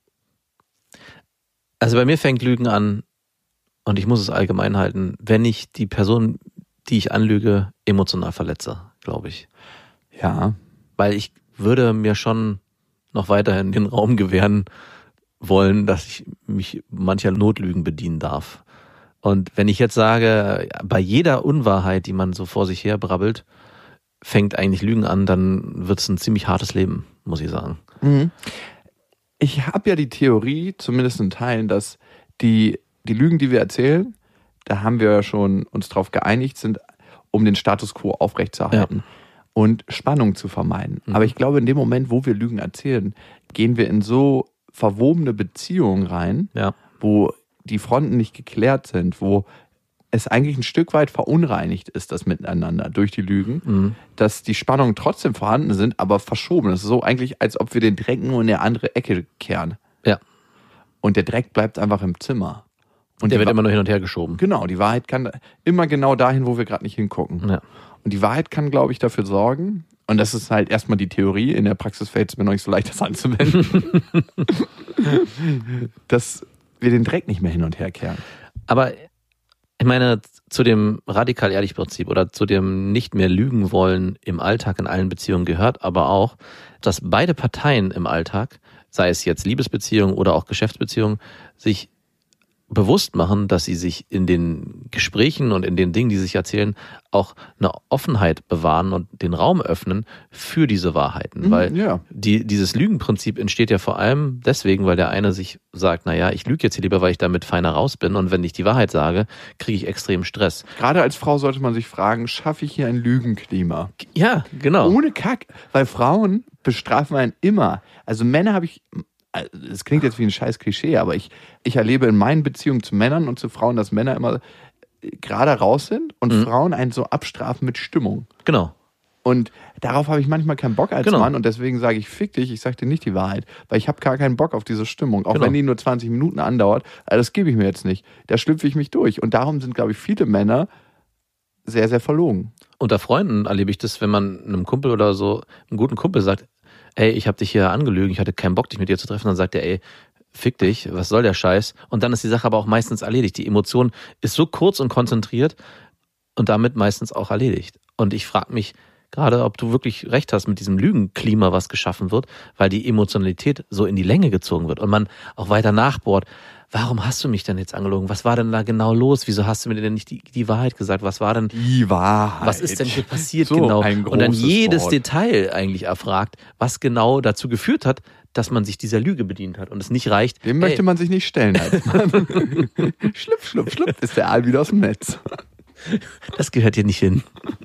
Also bei mir fängt Lügen an, und ich muss es allgemein halten, wenn ich die Person, die ich anlüge, emotional verletze, glaube ich. Ja. Weil ich würde mir schon noch weiterhin den Raum gewähren wollen, dass ich mich mancher Notlügen bedienen darf. Und wenn ich jetzt sage, bei jeder Unwahrheit, die man so vor sich her brabbelt, fängt eigentlich Lügen an, dann wird es ein ziemlich hartes Leben, muss ich sagen. Mhm. Ich habe ja die Theorie, zumindest in Teilen, dass die, die Lügen, die wir erzählen, da haben wir ja schon uns drauf geeinigt, sind, um den Status quo aufrechtzuerhalten ja. und Spannung zu vermeiden. Mhm. Aber ich glaube, in dem Moment, wo wir Lügen erzählen, gehen wir in so verwobene Beziehungen rein, ja. wo die Fronten nicht geklärt sind, wo es eigentlich ein Stück weit verunreinigt ist, das Miteinander durch die Lügen, mhm. dass die Spannungen trotzdem vorhanden sind, aber verschoben. Das ist so eigentlich, als ob wir den Dreck nur in eine andere Ecke kehren. Ja. Und der Dreck bleibt einfach im Zimmer. Und der wird Wa- immer nur hin und her geschoben. Genau, die Wahrheit kann immer genau dahin, wo wir gerade nicht hingucken. Ja. Und die Wahrheit kann, glaube ich, dafür sorgen, und das ist halt erstmal die Theorie, in der Praxis fällt es mir noch nicht so leicht, das anzuwenden, dass wir den Dreck nicht mehr hin und her kehren. Aber ich meine, zu dem radikal-ehrlich-Prinzip oder zu dem nicht mehr lügen wollen im Alltag in allen Beziehungen gehört aber auch, dass beide Parteien im Alltag, sei es jetzt Liebesbeziehungen oder auch Geschäftsbeziehungen, sich bewusst machen, dass sie sich in den Gesprächen und in den Dingen, die sie sich erzählen, auch eine Offenheit bewahren und den Raum öffnen für diese Wahrheiten. Mhm, weil ja. die, dieses Lügenprinzip entsteht ja vor allem deswegen, weil der eine sich sagt, naja, ich lüge jetzt hier lieber, weil ich damit feiner raus bin, und wenn ich die Wahrheit sage, kriege ich extrem Stress. Gerade als Frau sollte man sich fragen, schaffe ich hier ein Lügenklima? Ja, genau. Ohne Kack, weil Frauen bestrafen einen immer. Also Männer habe ich... Es klingt jetzt wie ein scheiß Klischee, aber ich, ich erlebe in meinen Beziehungen zu Männern und zu Frauen, dass Männer immer gerade raus sind und mhm. Frauen einen so abstrafen mit Stimmung. Genau. Und darauf habe ich manchmal keinen Bock als Genau. Mann und deswegen sage ich, fick dich, ich sage dir nicht die Wahrheit, weil ich habe gar keinen Bock auf diese Stimmung, auch Genau. wenn die nur zwanzig Minuten andauert, also das gebe ich mir jetzt nicht, da schlüpfe ich mich durch und darum sind, glaube ich, viele Männer sehr, sehr verlogen. Unter Freunden erlebe ich das, wenn man einem Kumpel oder so, einem guten Kumpel sagt, ey, ich habe dich hier angelügen, ich hatte keinen Bock, dich mit dir zu treffen, dann sagt er, ey, fick dich, was soll der Scheiß? Und dann ist die Sache aber auch meistens erledigt. Die Emotion ist so kurz und konzentriert und damit meistens auch erledigt. Und ich frage mich gerade, ob du wirklich recht hast mit diesem Lügenklima, was geschaffen wird, weil die Emotionalität so in die Länge gezogen wird und man auch weiter nachbohrt. Warum hast du mich denn jetzt angelogen? Was war denn da genau los? Wieso hast du mir denn nicht die, die Wahrheit gesagt? Was war denn, Die Wahrheit. was ist denn hier passiert So genau? ein Und dann großes jedes Wort. Detail eigentlich erfragt, was genau dazu geführt hat, dass man sich dieser Lüge bedient hat und es nicht reicht. Dem ey, möchte man sich nicht stellen als Mann. Schlüpf, schlüpf, schlüpf, ist der Aal wieder aus dem Netz. das gehört hier nicht hin.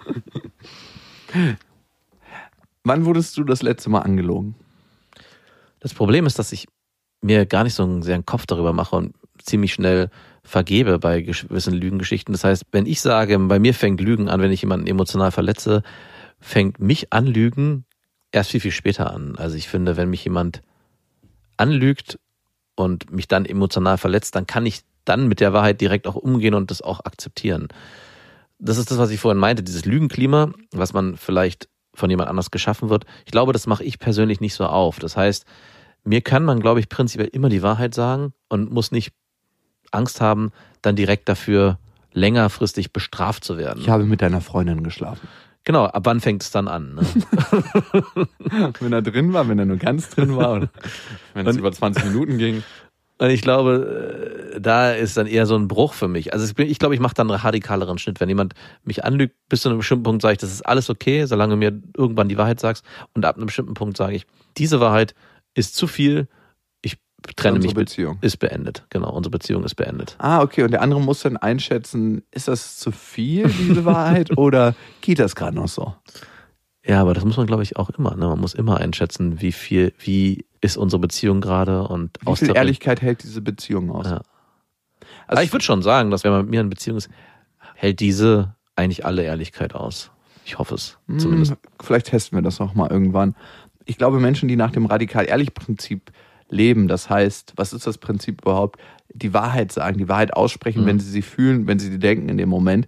Wann wurdest du das letzte Mal angelogen? Das Problem ist, dass ich mir gar nicht so einen sehr einen Kopf darüber mache und ziemlich schnell vergebe bei gewissen Lügengeschichten. Das heißt, wenn ich sage, bei mir fängt Lügen an, wenn ich jemanden emotional verletze, fängt mich an Lügen erst viel, viel später an. Also ich finde, wenn mich jemand anlügt und mich dann emotional verletzt, dann kann ich dann mit der Wahrheit direkt auch umgehen und das auch akzeptieren. Das ist das, was ich vorhin meinte, dieses Lügenklima, was man vielleicht von jemand anders geschaffen wird. Ich glaube, das mache ich persönlich nicht so auf. Das heißt, mir kann man, glaube ich, prinzipiell immer die Wahrheit sagen und muss nicht Angst haben, dann direkt dafür längerfristig bestraft zu werden. Ich habe mit deiner Freundin geschlafen. Genau, ab wann fängt es dann an? Ne? Wenn er drin war, wenn er nur ganz drin war oder wenn es über zwanzig Minuten ging. Und ich glaube, äh, da ist dann eher so ein Bruch für mich. Also ich, bin, ich glaube, ich mache dann einen radikaleren Schnitt. Wenn jemand mich anlügt, bis zu einem bestimmten Punkt sage ich, das ist alles okay, solange du mir irgendwann die Wahrheit sagst. Und ab einem bestimmten Punkt sage ich, diese Wahrheit ist zu viel, ich trenne Unsere mich mit, Beziehung. ist beendet. Genau, unsere Beziehung ist beendet. Ah, okay. Und der andere muss dann einschätzen, ist das zu viel, diese Wahrheit, oder geht das gerade noch so? Ja, aber das muss man, glaube ich, auch immer. Ne? Man muss immer einschätzen, wie viel, wie ist unsere Beziehung gerade und Wie viel Ehrlichkeit hält diese Beziehung aus? Ja. Also Aber ich würde schon sagen, dass wenn man mit mir in Beziehung ist, hält diese eigentlich alle Ehrlichkeit aus. Ich hoffe es zumindest. Hm, vielleicht testen wir das noch mal irgendwann. Ich glaube, Menschen, die nach dem radikal-ehrlich-Prinzip leben, das heißt, was ist das Prinzip überhaupt? Die Wahrheit sagen, die Wahrheit aussprechen, Mhm. wenn sie sie fühlen, wenn sie die denken in dem Moment,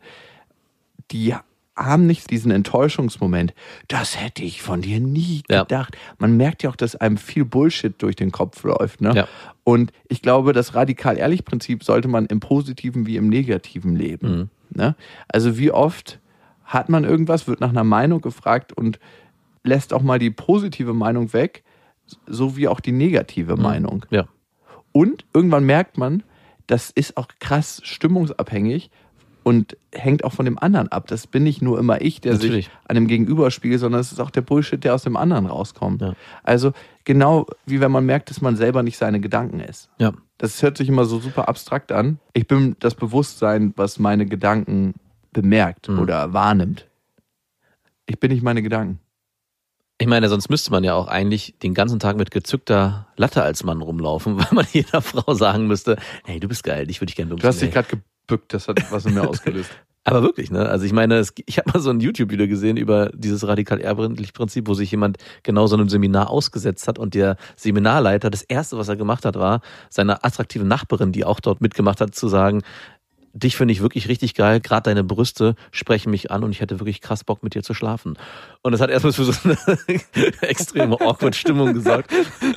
die haben nicht diesen Enttäuschungsmoment. Das hätte ich von dir nie Ja. gedacht. Man merkt ja auch, dass einem viel Bullshit durch den Kopf läuft. Ne? Ja. Und ich glaube, das radikal-ehrlich-Prinzip sollte man im Positiven wie im Negativen leben. Mhm. Ne? Also wie oft hat man irgendwas, wird nach einer Meinung gefragt und lässt auch mal die positive Meinung weg, so wie auch die negative Mhm. Meinung. Ja. Und irgendwann merkt man, das ist auch krass stimmungsabhängig und hängt auch von dem anderen ab. Das bin nicht nur immer ich, der Natürlich. sich an dem Gegenüber spiegelt, sondern es ist auch der Bullshit, der aus dem anderen rauskommt. Ja. Also genau wie wenn man merkt, dass man selber nicht seine Gedanken ist. Ja. Das hört sich immer so super abstrakt an. Ich bin das Bewusstsein, was meine Gedanken bemerkt Mhm. oder wahrnimmt. Ich bin nicht meine Gedanken. Ich meine, sonst müsste man ja auch eigentlich den ganzen Tag mit gezückter Latte als Mann rumlaufen, weil man jeder Frau sagen müsste, hey, du bist geil, dich würde ich gerne bumsen. Du hast dich ey. gerade gebückt, das hat was in mir ausgelöst. Aber wirklich, ne? Also ich meine, es, ich habe mal so ein YouTube-Video gesehen über dieses radikal-ehrlich-Prinzip, wo sich jemand genau so einem Seminar ausgesetzt hat und der Seminarleiter, das Erste, was er gemacht hat, war, seiner attraktiven Nachbarin, die auch dort mitgemacht hat, zu sagen, dich finde ich wirklich richtig geil, gerade deine Brüste sprechen mich an und ich hätte wirklich krass Bock mit dir zu schlafen. Und das hat erstmal für so eine extreme awkward Stimmung gesorgt.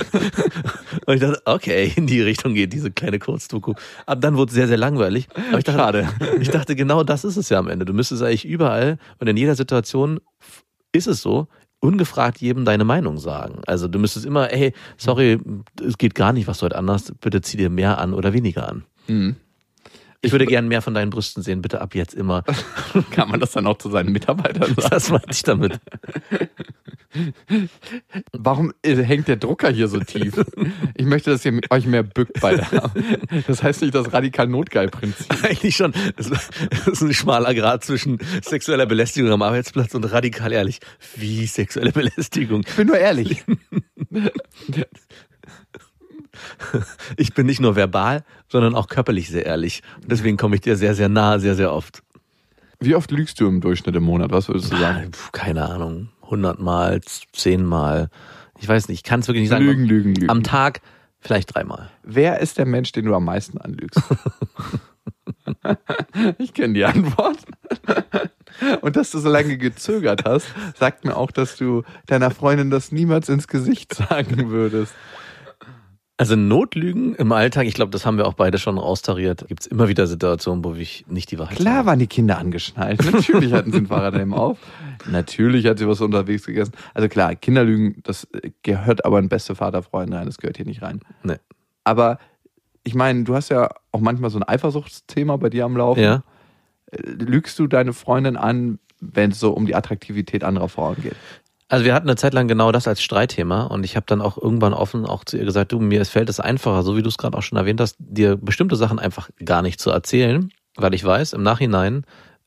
Und ich dachte, okay, in die Richtung geht diese kleine Kurzdoku. Ab dann wurde es sehr, sehr langweilig. Aber ich dachte, Schade. ich dachte, genau das ist es ja am Ende. Du müsstest eigentlich überall und in jeder Situation ist es so, ungefragt jedem deine Meinung sagen. Also du müsstest immer, ey, sorry, es geht gar nicht, was du heute anders, bitte zieh dir mehr an oder weniger an. Mhm. Ich würde gern mehr von deinen Brüsten sehen, bitte ab jetzt immer. Kann man das dann auch zu seinen Mitarbeitern sagen? Das meinte ich damit. Warum äh, hängt der Drucker hier so tief? Ich möchte, dass ihr euch mehr bückt bei der. Das heißt nicht das radikal-notgeil-Prinzip. Eigentlich schon. Das ist ein schmaler Grad zwischen sexueller Belästigung am Arbeitsplatz und radikal ehrlich. Wie sexuelle Belästigung? Ich bin nur ehrlich. Ich bin nicht nur verbal, sondern auch körperlich sehr ehrlich. Und deswegen komme ich dir sehr, sehr nah, sehr, sehr oft. Wie oft lügst du im Durchschnitt im Monat? Was würdest du sagen? Ah, pf, keine Ahnung. hundertmal, zehnmal. Ich weiß nicht, ich kann es wirklich nicht sagen. Lügen, lügen, lügen. Am Tag vielleicht dreimal. Wer ist der Mensch, den du am meisten anlügst? Ich kenne die Antwort. Und dass du so lange gezögert hast, sagt mir auch, dass du deiner Freundin das niemals ins Gesicht sagen würdest. Also Notlügen im Alltag, ich glaube, das haben wir auch beide schon austariert. Gibt es immer wieder Situationen, wo ich nicht die Wahrheit sage. Klar waren die Kinder angeschnallt. Natürlich hatten sie ein Fahrradhelm auf. Natürlich hat sie was unterwegs gegessen. Also klar, Kinderlügen, das gehört aber in beste Vaterfreunde rein. Das gehört hier nicht rein. Nee. Aber ich meine, du hast ja auch manchmal so ein Eifersuchtsthema bei dir am Laufen. Ja. Lügst du deine Freundin an, wenn es so um die Attraktivität anderer Frauen geht? Also wir hatten eine Zeit lang genau das als Streitthema und ich habe dann auch irgendwann offen auch zu ihr gesagt, du, mir fällt es einfacher, so wie du es gerade auch schon erwähnt hast, dir bestimmte Sachen einfach gar nicht zu erzählen, weil ich weiß, im Nachhinein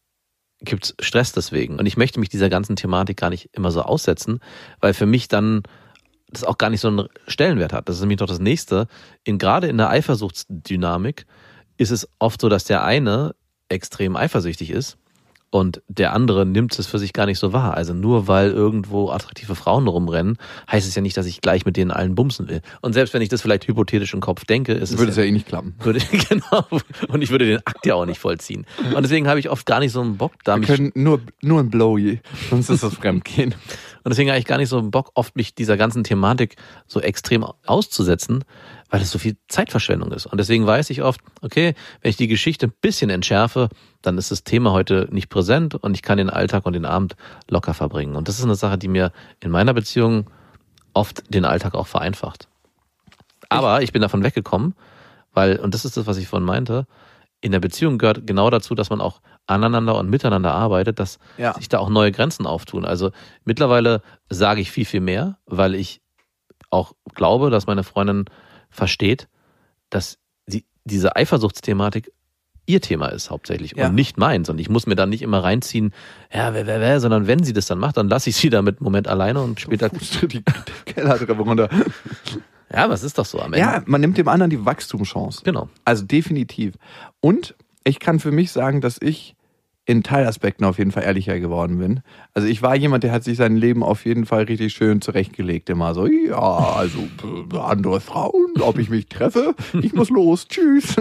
gibt's Stress deswegen und ich möchte mich dieser ganzen Thematik gar nicht immer so aussetzen, weil für mich dann das auch gar nicht so einen Stellenwert hat. Das ist nämlich doch das Nächste. In, gerade in der Eifersuchtsdynamik ist es oft so, dass der eine extrem eifersüchtig ist und der andere nimmt es für sich gar nicht so wahr. Also nur weil irgendwo attraktive Frauen rumrennen, heißt es ja nicht, dass ich gleich mit denen allen bumsen will. Und selbst wenn ich das vielleicht hypothetisch im Kopf denke, ist es würde es ja eh nicht klappen. Würde, genau. Und ich würde den Akt ja auch nicht vollziehen. Und deswegen habe ich oft gar nicht so einen Bock, da Wir mich können nur, nur ein Blowy, sonst ist das Fremdgehen. Und deswegen habe ich gar nicht so einen Bock, oft mich dieser ganzen Thematik so extrem auszusetzen, weil es so viel Zeitverschwendung ist. Und deswegen weiß ich oft, okay, wenn ich die Geschichte ein bisschen entschärfe, dann ist das Thema heute nicht präsent und ich kann den Alltag und den Abend locker verbringen. Und das ist eine Sache, die mir in meiner Beziehung oft den Alltag auch vereinfacht. Aber ich bin davon weggekommen, weil, und das ist das, was ich vorhin meinte, in der Beziehung gehört genau dazu, dass man auch aneinander und miteinander arbeitet, dass Ja. sich da auch neue Grenzen auftun. Also mittlerweile sage ich viel, viel mehr, weil ich auch glaube, dass meine Freundin versteht, dass sie, diese Eifersuchtsthematik ihr Thema ist hauptsächlich Ja. und nicht meins. Und ich muss mir dann nicht immer reinziehen, ja, wer, wer, wer, sondern wenn sie das dann macht, dann lasse ich sie damit einen Moment alleine und später... Die Kellertreppe runter. Ja, was ist doch so am Ende? Ja, man nimmt dem anderen die Wachstumschance. Genau. Also definitiv. Und ich kann für mich sagen, dass ich in Teilaspekten auf jeden Fall ehrlicher geworden bin. Also ich war jemand, der hat sich sein Leben auf jeden Fall richtig schön zurechtgelegt. Immer so, ja, also äh, andere Frauen, ob ich mich treffe, ich muss los, tschüss.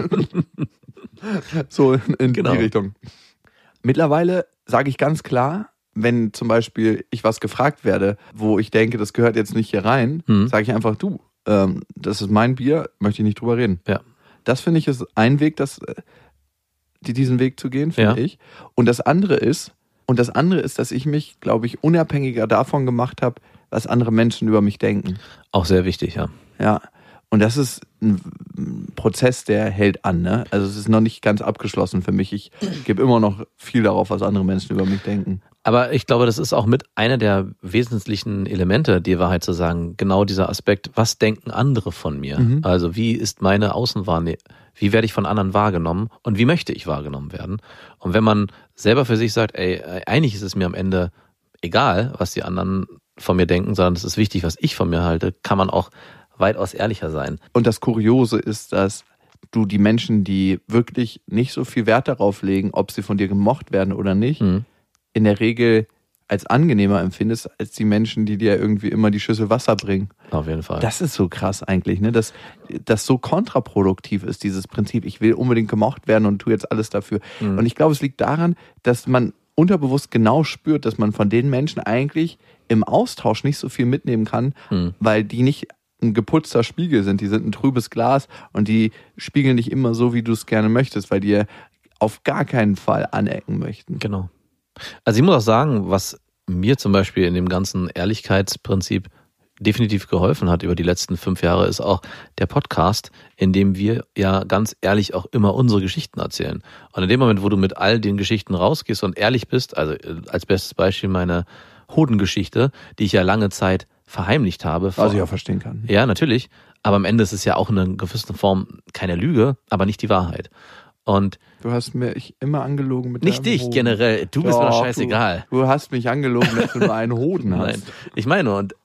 So in, in Genau. die Richtung. Mittlerweile sage ich ganz klar, wenn zum Beispiel ich was gefragt werde, wo ich denke, das gehört jetzt nicht hier rein, Mhm. sage ich einfach, du, ähm, das ist mein Bier, möchte ich nicht drüber reden. Ja. Das finde ich ist ein Weg, das, äh, die, diesen Weg zu gehen, finde Ja. ich. Und das andere ist, und das andere ist, dass ich mich, glaube ich, unabhängiger davon gemacht habe, was andere Menschen über mich denken. Auch sehr wichtig, ja. Ja. Und das ist ein Prozess, der hält an, ne? Also es ist noch nicht ganz abgeschlossen für mich. Ich gebe immer noch viel darauf, was andere Menschen über mich denken. Aber ich glaube, das ist auch mit einer der wesentlichen Elemente, die Wahrheit zu sagen, genau dieser Aspekt, was denken andere von mir? Mhm. Also wie ist meine Außenwahrnehmung, wie werde ich von anderen wahrgenommen und wie möchte ich wahrgenommen werden? Und wenn man selber für sich sagt, ey, eigentlich ist es mir am Ende egal, was die anderen von mir denken, sondern es ist wichtig, was ich von mir halte, kann man auch weitaus ehrlicher sein. Und das Kuriose ist, dass du die Menschen, die wirklich nicht so viel Wert darauf legen, ob sie von dir gemocht werden oder nicht, Mhm. in der Regel als angenehmer empfindest, als die Menschen, die dir irgendwie immer die Schüssel Wasser bringen. Auf jeden Fall. Das ist so krass eigentlich, ne? Dass das so kontraproduktiv ist, dieses Prinzip, ich will unbedingt gemocht werden und tue jetzt alles dafür. Mhm. Und ich glaube, es liegt daran, dass man unterbewusst genau spürt, dass man von den Menschen eigentlich im Austausch nicht so viel mitnehmen kann, Mhm. weil die nicht ein geputzter Spiegel sind, die sind ein trübes Glas und die spiegeln dich immer so, wie du es gerne möchtest, weil die auf gar keinen Fall anecken möchten. Genau. Also ich muss auch sagen, was mir zum Beispiel in dem ganzen Ehrlichkeitsprinzip definitiv geholfen hat über die letzten fünf Jahre, ist auch der Podcast, in dem wir ja ganz ehrlich auch immer unsere Geschichten erzählen. Und in dem Moment, wo du mit all den Geschichten rausgehst und ehrlich bist, also als bestes Beispiel meine Hodengeschichte, die ich ja lange Zeit verheimlicht habe. Was ich auch verstehen kann. Ja, natürlich. Aber am Ende ist es ja auch in einer gewissen Form keine Lüge, aber nicht die Wahrheit. Und Du hast mich immer angelogen mit nicht deinem dich Hoden. generell, du bist mir doch Doch, scheißegal. Du, du hast mich angelogen, dass du nur einen Hoden hast. Nein, ich meine, und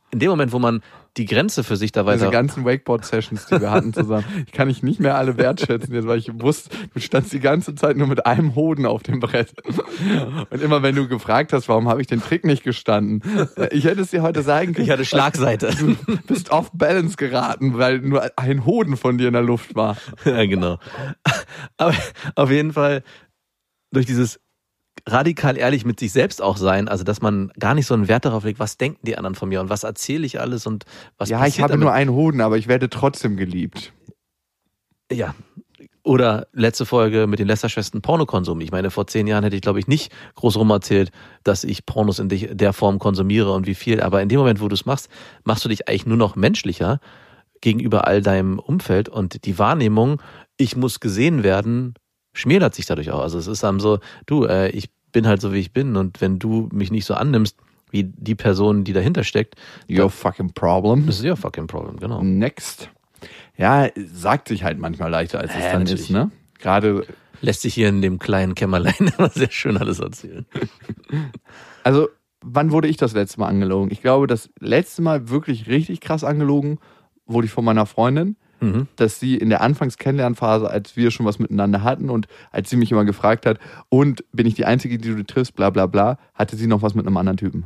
in dem Moment, wo man die Grenze für sich da weiter... Diese ganzen Wakeboard-Sessions, die wir hatten zusammen, die kann ich nicht mehr alle wertschätzen, jetzt, weil ich wusste, du standst die ganze Zeit nur mit einem Hoden auf dem Brett. Und immer wenn du gefragt hast, warum habe ich den Trick nicht gestanden, ich hätte es dir heute sagen können. Ich hatte Schlagseite. Du bist off balance geraten, weil nur ein Hoden von dir in der Luft war. Ja, genau. Aber auf jeden Fall durch dieses radikal ehrlich mit sich selbst auch sein, also dass man gar nicht so einen Wert darauf legt, was denken die anderen von mir und was erzähle ich alles und was ja, passiert. Ja, ich habe damit. nur einen Hoden, aber ich werde trotzdem geliebt. Ja. Oder letzte Folge mit den Lester-Schwestern Pornokonsum. Ich meine, vor zehn Jahren hätte ich, glaube ich, nicht groß rum erzählt, dass ich Pornos in der Form konsumiere und wie viel. Aber in dem Moment, wo du es machst, machst du dich eigentlich nur noch menschlicher gegenüber all deinem Umfeld und die Wahrnehmung, ich muss gesehen werden, schmälert sich dadurch auch. Also es ist dann so, du, äh, ich bin halt so, wie ich bin und wenn du mich nicht so annimmst, wie die Person, die dahinter steckt, your fucking problem. Das ist your fucking problem, genau. Next. Ja, sagt sich halt manchmal leichter, als es Ja, dann natürlich. ist, ne? Gerade. Lässt sich hier in dem kleinen Kämmerlein immer sehr schön alles erzählen. Also, wann wurde ich das letzte Mal angelogen? Ich glaube, das letzte Mal wirklich richtig krass angelogen wurde ich von meiner Freundin, mhm. dass sie in der Anfangs-Kennenlernphase, als wir schon was miteinander hatten und als sie mich immer gefragt hat, und bin ich die Einzige, die du triffst, bla bla bla, hatte sie noch was mit einem anderen Typen.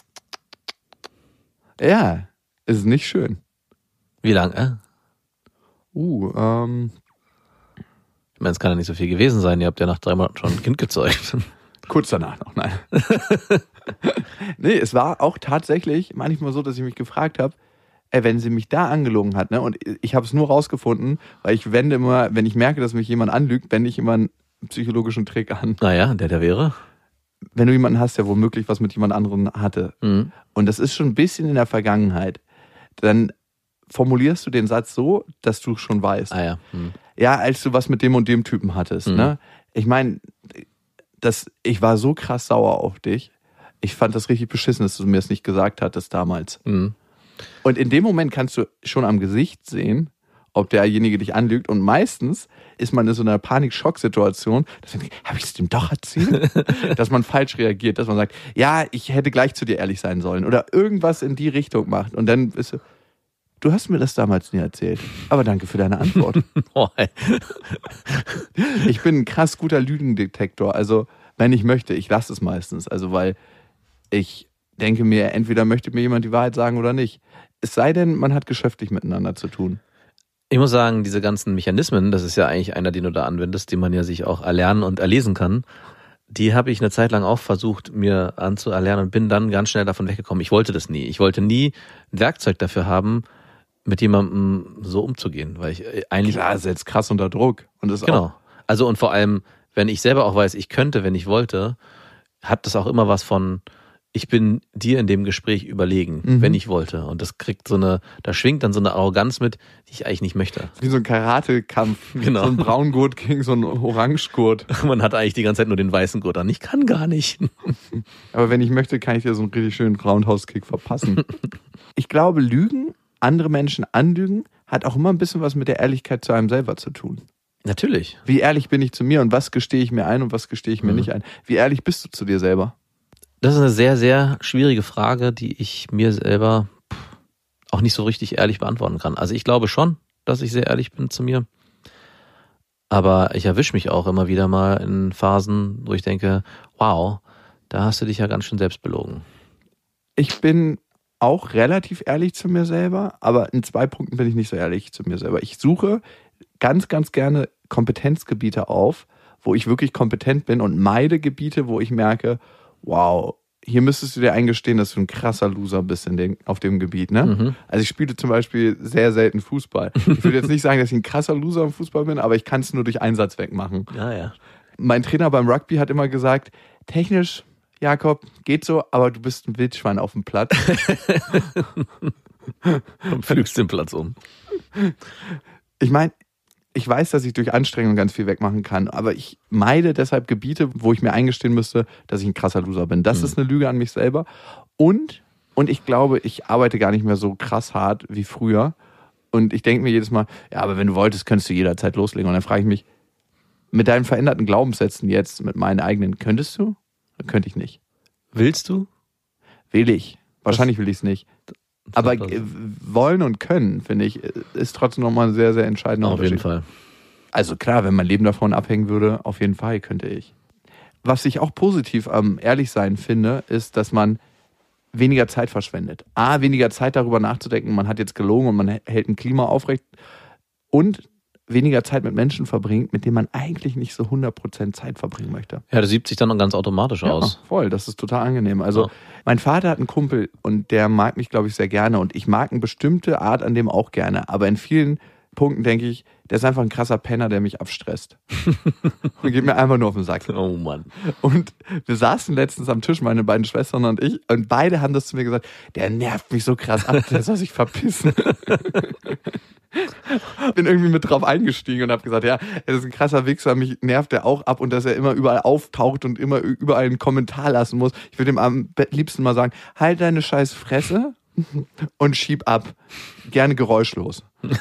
Ja, ist nicht schön. Wie lange? Uh, ähm... Ich meine, es kann ja nicht so viel gewesen sein. Ihr habt ja nach drei Monaten schon ein Kind gezeugt. Kurz danach noch, nein. Nee, es war auch tatsächlich manchmal so, dass ich mich gefragt habe, ey, wenn sie mich da angelogen hat, ne, und ich habe es nur rausgefunden, weil ich wende immer, wenn ich merke, dass mich jemand anlügt, wende ich immer einen psychologischen Trick an. Naja, der der wäre. Wenn du jemanden hast, der womöglich was mit jemand anderem hatte, mhm. und das ist schon ein bisschen in der Vergangenheit, dann formulierst du den Satz so, dass du schon weißt. Ah ja. Mhm. Ja, als du was mit dem und dem Typen hattest, mhm. ne? Ich meine, das, ich war so krass sauer auf dich. Ich fand das richtig beschissen, dass du mir das nicht gesagt hattest damals. Mhm. Und in dem Moment kannst du schon am Gesicht sehen, ob derjenige dich anlügt. Und meistens ist man in so einer Panik-Schock-Situation, dass man denkt, habe ich es dem doch erzählt? Dass man falsch reagiert, dass man sagt, ja, ich hätte gleich zu dir ehrlich sein sollen. Oder irgendwas in die Richtung macht. Und dann bist du, du hast mir das damals nie erzählt. Aber danke für deine Antwort. Oh, ey. Ich bin ein krass guter Lügendetektor. Also, wenn ich möchte, ich lasse es meistens. Also, weil ich denke mir, entweder möchte mir jemand die Wahrheit sagen oder nicht. Es sei denn, man hat geschäftlich miteinander zu tun. Ich muss sagen, diese ganzen Mechanismen, das ist ja eigentlich einer, den du da anwendest, den man ja sich auch erlernen und erlesen kann, die habe ich eine Zeit lang auch versucht, mir anzuerlernen und bin dann ganz schnell davon weggekommen. Ich wollte das nie. Ich wollte nie ein Werkzeug dafür haben, mit jemandem so umzugehen, weil ich eigentlich... Klar, ist jetzt krass unter Druck. Und das genau. Auch Also und vor allem, wenn ich selber auch weiß, ich könnte, wenn ich wollte, hat das auch immer was von, ich bin dir in dem Gespräch überlegen, mhm. wenn ich wollte. Und das kriegt so eine, da schwingt dann so eine Arroganz mit, die ich eigentlich nicht möchte. wie so ein Karate-Kampf. Genau. So ein Braungurt gegen so einen Orangegurt. Man hat eigentlich die ganze Zeit nur den weißen Gurt an. Ich kann gar nicht. Aber wenn ich möchte, kann ich dir so einen richtig schönen Roundhouse-Kick verpassen. Ich glaube, Lügen, andere Menschen anlügen, hat auch immer ein bisschen was mit der Ehrlichkeit zu einem selber zu tun. Natürlich. Wie ehrlich bin ich zu mir und was gestehe ich mir ein und was gestehe ich mir mhm. nicht ein? Wie ehrlich bist du zu dir selber? Das ist eine sehr, sehr schwierige Frage, die ich mir selber auch nicht so richtig ehrlich beantworten kann. Also ich glaube schon, dass ich sehr ehrlich bin zu mir. Aber ich erwische mich auch immer wieder mal in Phasen, wo ich denke, wow, da hast du dich ja ganz schön selbst belogen. Ich bin auch relativ ehrlich zu mir selber, aber in zwei Punkten bin ich nicht so ehrlich zu mir selber. Ich suche ganz, ganz gerne Kompetenzgebiete auf, wo ich wirklich kompetent bin und meide Gebiete, wo ich merke, wow, hier müsstest du dir eingestehen, dass du ein krasser Loser bist in dem, auf dem Gebiet. Ne? Mhm. Also ich spiele zum Beispiel sehr selten Fußball. Ich würde jetzt nicht sagen, dass ich ein krasser Loser im Fußball bin, aber ich kann es nur durch Einsatz wegmachen. Ja, ja. Mein Trainer beim Rugby hat immer gesagt, technisch, Jakob, geht so, aber du bist ein Wildschwein auf dem Platz. Und pflügst den Platz um. Ich meine, ich weiß, dass ich durch Anstrengung ganz viel wegmachen kann, aber ich meide deshalb Gebiete, wo ich mir eingestehen müsste, dass ich ein krasser Loser bin. Das mhm. ist eine Lüge an mich selber. Und, und ich glaube, ich arbeite gar nicht mehr so krass hart wie früher. Und ich denke mir jedes Mal, ja, aber wenn du wolltest, könntest du jederzeit loslegen. Und dann frage ich mich, mit deinen veränderten Glaubenssätzen jetzt, mit meinen eigenen, könntest du? Oder könnte ich nicht? Willst du? Will ich. Wahrscheinlich will ich es nicht. Aber äh, wollen und können, finde ich, ist trotzdem nochmal ein sehr, sehr entscheidender Auf jeden Unterschied. Fall. Also klar, wenn mein Leben davon abhängen würde, auf jeden Fall könnte ich. Was ich auch positiv am Ehrlichsein finde, ist, dass man weniger Zeit verschwendet. A, weniger Zeit darüber nachzudenken, man hat jetzt gelogen und man hält ein Klima aufrecht. Und weniger Zeit mit Menschen verbringt, mit denen man eigentlich nicht so hundert Prozent Zeit verbringen möchte. Ja, das sieht sich dann ganz automatisch ja, aus. Voll, das ist total angenehm. Also ja. Mein Vater hat einen Kumpel und der mag mich, glaube ich, sehr gerne und ich mag eine bestimmte Art an dem auch gerne, aber in vielen Punkten denke ich, der ist einfach ein krasser Penner, der mich abstresst. Und geht mir einfach nur auf den Sack. Oh Mann. Und wir saßen letztens am Tisch, meine beiden Schwestern und ich, und beide haben das zu mir gesagt, der nervt mich so krass ab, der soll sich verpissen. Bin irgendwie mit drauf eingestiegen und habe gesagt, ja, er ist ein krasser Wichser, mich nervt er auch ab und dass er immer überall auftaucht und immer überall einen Kommentar lassen muss. Ich würde ihm am liebsten mal sagen, halt deine scheiß Fresse und schieb ab. Gerne geräuschlos.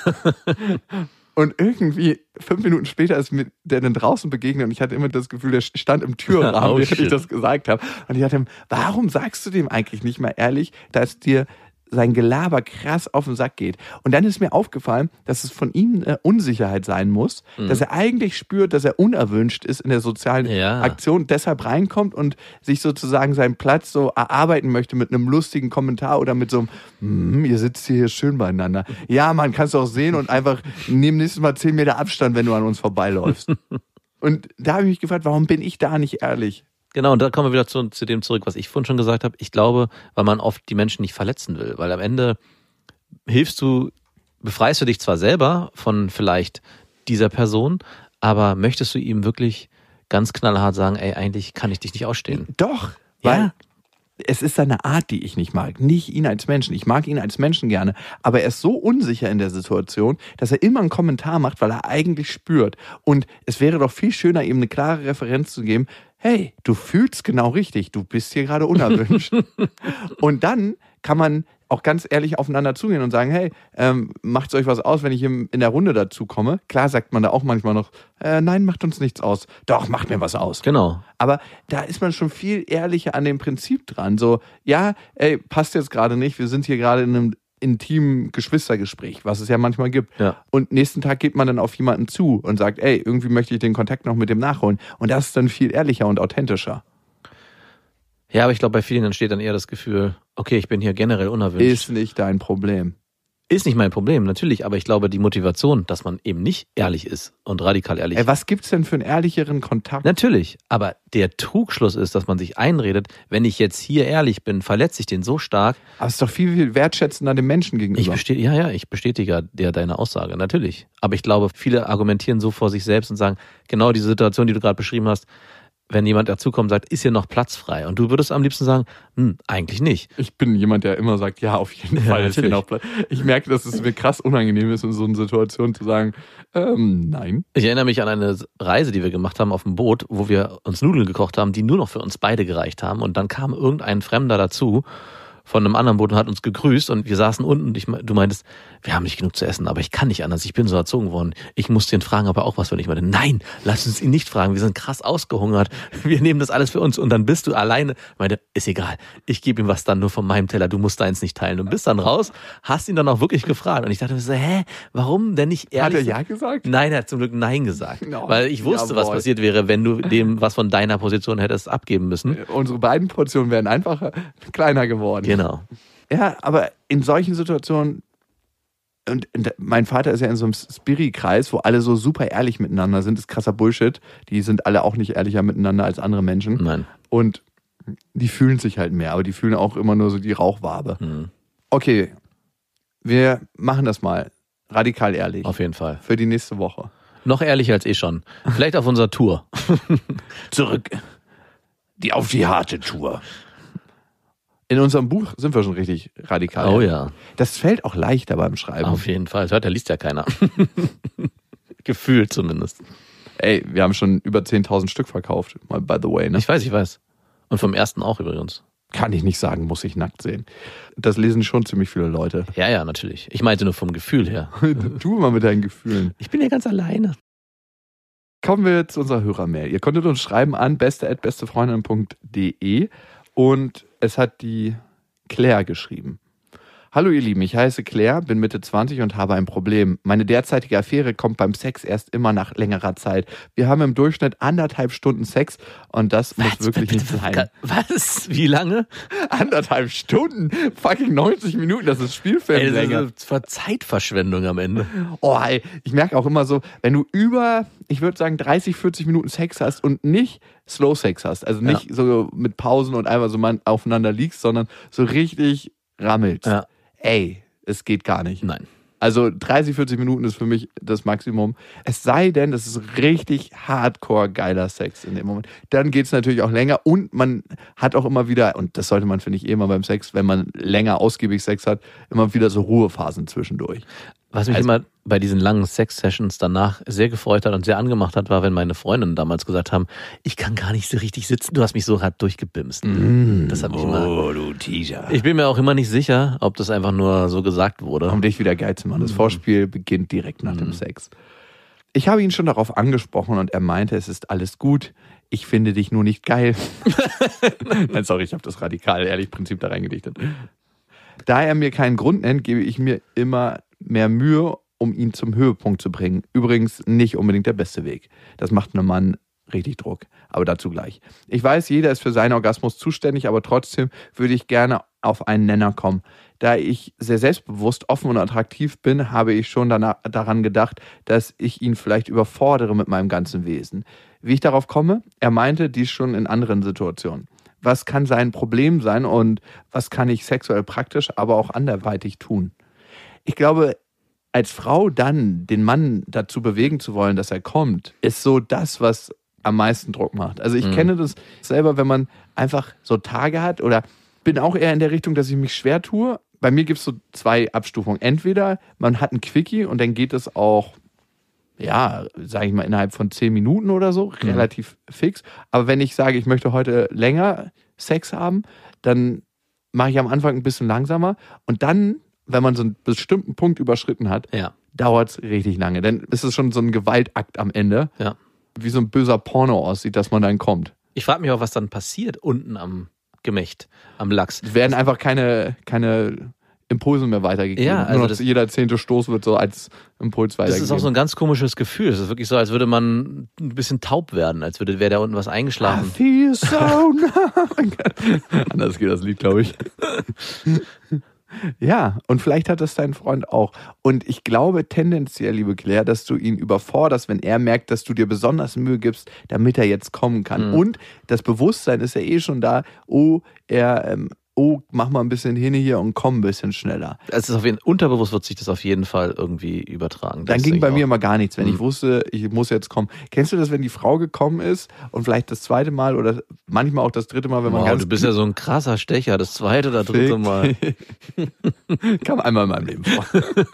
Und irgendwie fünf Minuten später ist mir der dann draußen begegnet und ich hatte immer das Gefühl, der stand im Türrahmen, oh, während shit. ich das gesagt habe. Und ich dachte ihm, warum sagst du dem eigentlich nicht mal ehrlich, dass dir sein Gelaber krass auf den Sack geht? Und dann ist mir aufgefallen, dass es von ihm eine Unsicherheit sein muss, mhm. dass er eigentlich spürt, dass er unerwünscht ist in der sozialen ja. Aktion, deshalb reinkommt und sich sozusagen seinen Platz so erarbeiten möchte mit einem lustigen Kommentar oder mit so einem, hm, ihr sitzt hier schön beieinander. Ja, man kann es auch sehen und einfach nimm nächstes Mal zehn Meter Abstand, wenn du an uns vorbeiläufst. Und da habe ich mich gefragt, warum bin ich da nicht ehrlich? Genau, und da kommen wir wieder zu, zu dem zurück, was ich vorhin schon gesagt habe. Ich glaube, weil man oft die Menschen nicht verletzen will. Weil am Ende hilfst du, befreist du dich zwar selber von vielleicht dieser Person, aber möchtest du ihm wirklich ganz knallhart sagen, ey, eigentlich kann ich dich nicht ausstehen. Doch, weil ja. es ist seine Art, die ich nicht mag. Nicht ihn als Menschen. Ich mag ihn als Menschen gerne. Aber er ist so unsicher in der Situation, dass er immer einen Kommentar macht, weil er eigentlich spürt. Und es wäre doch viel schöner, ihm eine klare Referenz zu geben. Hey, du fühlst genau richtig. Du bist hier gerade unerwünscht. Und dann kann man auch ganz ehrlich aufeinander zugehen und sagen, hey, ähm, macht's euch was aus, wenn ich in der Runde dazu komme? Klar sagt man da auch manchmal noch, äh, nein, macht uns nichts aus. Doch, macht mir was aus. Genau. Aber da ist man schon viel ehrlicher an dem Prinzip dran. So, ja, ey, passt jetzt gerade nicht, wir sind hier gerade in einem intimen Geschwistergespräch, was es ja manchmal gibt. Ja. Und nächsten Tag geht man dann auf jemanden zu und sagt, ey, irgendwie möchte ich den Kontakt noch mit dem nachholen. Und das ist dann viel ehrlicher und authentischer. Ja, aber ich glaube, bei vielen entsteht dann eher das Gefühl, okay, ich bin hier generell unerwünscht. Ist nicht dein Problem. Ist nicht mein Problem, natürlich, aber ich glaube, die Motivation, dass man eben nicht ehrlich ist und radikal ehrlich Ey, was gibt's denn für einen ehrlicheren Kontakt? Natürlich, aber der Trugschluss ist, dass man sich einredet, wenn ich jetzt hier ehrlich bin, verletze ich den so stark. Aber es ist doch viel, viel wertschätzender dem Menschen gegenüber. Ich bestätige, ja, ja, ich bestätige ja deine Aussage, natürlich. Aber ich glaube, viele argumentieren so vor sich selbst und sagen, genau diese Situation, die du gerade beschrieben hast, wenn jemand dazukommt und sagt, ist hier noch Platz frei? Und du würdest am liebsten sagen, hm, eigentlich nicht. Ich bin jemand, der immer sagt, ja, auf jeden Fall ja, ist hier noch Platz. Ich merke, dass es mir krass unangenehm ist, in so einer Situation zu sagen, ähm, nein. Ich erinnere mich an eine Reise, die wir gemacht haben auf dem Boot, wo wir uns Nudeln gekocht haben, die nur noch für uns beide gereicht haben. Und dann kam irgendein Fremder dazu von einem anderen Boot und hat uns gegrüßt und wir saßen unten und ich, du meintest, wir haben nicht genug zu essen, aber ich kann nicht anders, ich bin so erzogen worden. Ich musste ihn fragen, ob er auch was will. Ich meinte, nein, lass uns ihn nicht fragen, wir sind krass ausgehungert, wir nehmen das alles für uns und dann bist du alleine. Ich meinte, ist egal, ich gebe ihm was dann nur von meinem Teller, du musst deins nicht teilen. Und bist dann raus, hast ihn dann auch wirklich gefragt und ich dachte mir so, hä, warum denn nicht ehrlich? Hat er ja gesagt? Nein, er hat zum Glück nein gesagt, no, weil ich wusste, jawohl. was passiert wäre, wenn du dem was von deiner Position hättest abgeben müssen. Unsere beiden Portionen wären einfach kleiner geworden. Genau. Ja, aber in solchen Situationen, und mein Vater ist ja in so einem Spiri-Kreis, wo alle so super ehrlich miteinander sind, ist krasser Bullshit. Die sind alle auch nicht ehrlicher miteinander als andere Menschen. Nein. Und die fühlen sich halt mehr, aber die fühlen auch immer nur so die Rauchwabe. Mhm. Okay, wir machen das mal radikal ehrlich. Auf jeden Fall. Für die nächste Woche. Noch ehrlicher als eh schon. Vielleicht auf unserer Tour. Zurück. Die auf die harte Tour. In unserem Buch sind wir schon richtig radikal. Oh ja. Das fällt auch leichter beim Schreiben. Auf jeden Fall. Das hört, da liest ja keiner. Gefühlt zumindest. Ey, wir haben schon über zehntausend Stück verkauft. Mal by the way, ne? Ich weiß, ich weiß. Und vom ersten auch übrigens. Kann ich nicht sagen, muss ich nackt sehen. Das lesen schon ziemlich viele Leute. Ja, ja, natürlich. Ich meinte nur vom Gefühl her. Tu mal mit deinen Gefühlen. Ich bin ja ganz alleine. Kommen wir zu unserer Hörermail. Ihr konntet uns schreiben an beste at bestefreundin punkt de und es hat die Claire geschrieben. Hallo ihr Lieben, ich heiße Claire, bin Mitte zwanzig und habe ein Problem. Meine derzeitige Affäre kommt beim Sex erst immer nach längerer Zeit. Wir haben im Durchschnitt anderthalb Stunden Sex und das muss wirklich nicht sein. Was? Wie lange? Anderthalb Stunden? Fucking neunzig Minuten, das ist Spielfilmlänge. Ey, das ist Zeitverschwendung am Ende. Oh, ey, ich merke auch immer so, wenn du über, ich würde sagen, dreißig, vierzig Minuten Sex hast und nicht Slow Sex hast, also nicht ja. so mit Pausen und einfach so mal aufeinander liegst, sondern so richtig rammelst. Ja. Ey, es geht gar nicht. Nein. Also dreißig, vierzig Minuten ist für mich das Maximum. Es sei denn, es ist richtig hardcore geiler Sex in dem Moment. Dann geht es natürlich auch länger und man hat auch immer wieder, und das sollte man, finde ich, eh immer beim Sex, wenn man länger ausgiebig Sex hat, immer wieder so Ruhephasen zwischendurch. Was mich also, immer bei diesen langen Sex-Sessions danach sehr gefreut hat und sehr angemacht hat, war, wenn meine Freundinnen damals gesagt haben, ich kann gar nicht so richtig sitzen, du hast mich so hart durchgebimst. Mm, das hat mich oh, immer... du Teaser. Ich bin mir auch immer nicht sicher, ob das einfach nur so gesagt wurde. Um dich wieder geil zu machen. Das Vorspiel beginnt direkt nach mm. dem Sex. Ich habe ihn schon darauf angesprochen und er meinte, es ist alles gut. Ich finde dich nur nicht geil. Nein, sorry, ich habe das radikal ehrlich Prinzip da reingedichtet. Da er mir keinen Grund nennt, gebe ich mir immer mehr Mühe, um ihn zum Höhepunkt zu bringen. Übrigens nicht unbedingt der beste Weg. Das macht einem Mann richtig Druck. Aber dazu gleich. Ich weiß, jeder ist für seinen Orgasmus zuständig, aber trotzdem würde ich gerne auf einen Nenner kommen. Da ich sehr selbstbewusst, offen und attraktiv bin, habe ich schon danach, daran gedacht, dass ich ihn vielleicht überfordere mit meinem ganzen Wesen. Wie ich darauf komme? Er meinte dies schon in anderen Situationen. Was kann sein Problem sein und was kann ich sexuell praktisch, aber auch anderweitig tun? Ich glaube, als Frau dann den Mann dazu bewegen zu wollen, dass er kommt, ist so das, was am meisten Druck macht. Also ich mhm. kenne das selber, wenn man einfach so Tage hat oder bin auch eher in der Richtung, dass ich mich schwer tue. Bei mir gibt es so zwei Abstufungen. Entweder man hat ein Quickie und dann geht es auch, ja, sage ich mal, innerhalb von zehn Minuten oder so, mhm. relativ fix. Aber wenn ich sage, ich möchte heute länger Sex haben, dann mache ich am Anfang ein bisschen langsamer und dann, wenn man so einen bestimmten Punkt überschritten hat, ja. dauert es richtig lange. Dann ist es schon so ein Gewaltakt am Ende, ja. wie so ein böser Porno aussieht, dass man dann kommt. Ich frage mich auch, was dann passiert unten am Gemächt, am Lachs. Es werden einfach keine, keine Impulse mehr weitergegeben. Ja, also Nur noch jeder zehnte Stoß wird so als Impuls weitergegeben. Das ist auch so ein ganz komisches Gefühl. Es ist wirklich so, als würde man ein bisschen taub werden, als würde wäre da unten was eingeschlafen. I feel so nice. Anders geht das Lied, glaube ich. Ja, und vielleicht hat das dein Freund auch. Und ich glaube tendenziell, liebe Claire, dass du ihn überforderst, wenn er merkt, dass du dir besonders Mühe gibst, damit er jetzt kommen kann. Mhm. Und das Bewusstsein ist ja eh schon da, oh, er, ähm, oh, mach mal ein bisschen hin hier und komm ein bisschen schneller. Es ist auf jeden, unterbewusst wird sich das auf jeden Fall irgendwie übertragen. Dann ging bei mir immer gar nichts, wenn mhm. ich wusste, ich muss jetzt kommen. Kennst du das, wenn die Frau gekommen ist und vielleicht das zweite Mal oder manchmal auch das dritte Mal, wenn man wow, ganz... Du bist ja so ein krasser Stecher, das zweite oder dritte Mal. Kam einmal in meinem Leben vor.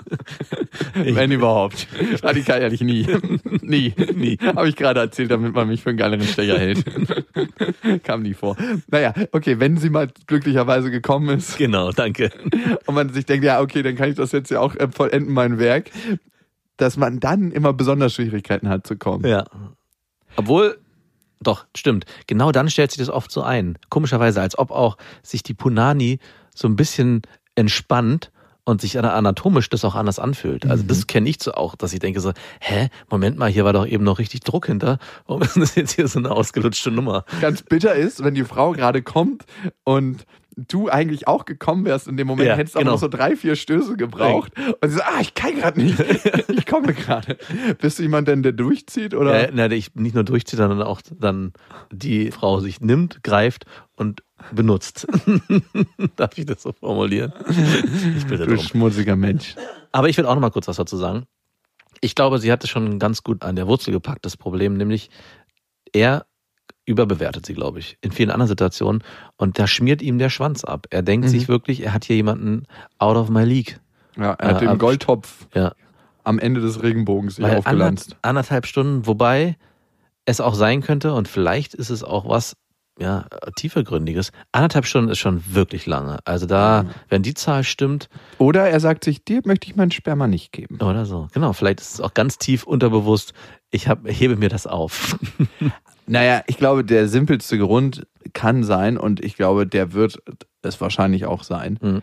Wenn überhaupt. Radikal ehrlich nie. nie. Nie. Habe ich gerade erzählt, damit man mich für einen geileren Stecher hält. Kam nie vor. Naja, okay, wenn sie mal glücklicherweise gekommen ist. Genau, danke. Und man sich denkt, ja, okay, dann kann ich das jetzt ja auch vollenden, mein Werk. Dass man dann immer besonders Schwierigkeiten hat zu kommen. Ja. Obwohl, doch, stimmt. Genau dann stellt sich das oft so ein. Komischerweise, als ob auch sich die Punani so ein bisschen entspannt und sich anatomisch das auch anders anfühlt. Also das kenne ich so auch, dass ich denke so, hä, Moment mal, hier war doch eben noch richtig Druck hinter. Warum ist das jetzt hier so eine ausgelutschte Nummer? Ganz bitter ist, wenn die Frau gerade kommt und du eigentlich auch gekommen wärst in dem Moment, ja, hättest du genau. auch noch so drei, vier Stöße gebraucht. Ja. Und sie so, ah, ich kann gerade nicht. Ich komme gerade. Bist du jemand denn, der durchzieht? Oder? Ja, na, der ich nicht nur durchzieht, sondern auch dann die Frau sich nimmt, greift und benutzt. Darf ich das so formulieren? Ich bitte du schmutziger Mensch. Aber ich will auch noch mal kurz was dazu sagen. Ich glaube, sie hatte schon ganz gut an der Wurzel gepackt, das Problem, nämlich er überbewertet sie, glaube ich, in vielen anderen Situationen und da schmiert ihm der Schwanz ab. Er denkt mhm. sich wirklich, er hat hier jemanden out of my league. Ja, er hat äh, den Goldtopf ja. am Ende des Regenbogens sich aufgelanzt. Anderthalb Stunden, wobei es auch sein könnte und vielleicht ist es auch was, ja, tiefergründiges. Anderthalb Stunden ist schon wirklich lange. Also da, mhm. wenn die Zahl stimmt. Oder er sagt sich, dir möchte ich meinen Sperma nicht geben. Oder so. Genau, vielleicht ist es auch ganz tief unterbewusst, ich hab, hebe mir das auf. Naja, ich glaube, der simpelste Grund kann sein und ich glaube, der wird es wahrscheinlich auch sein. Mhm.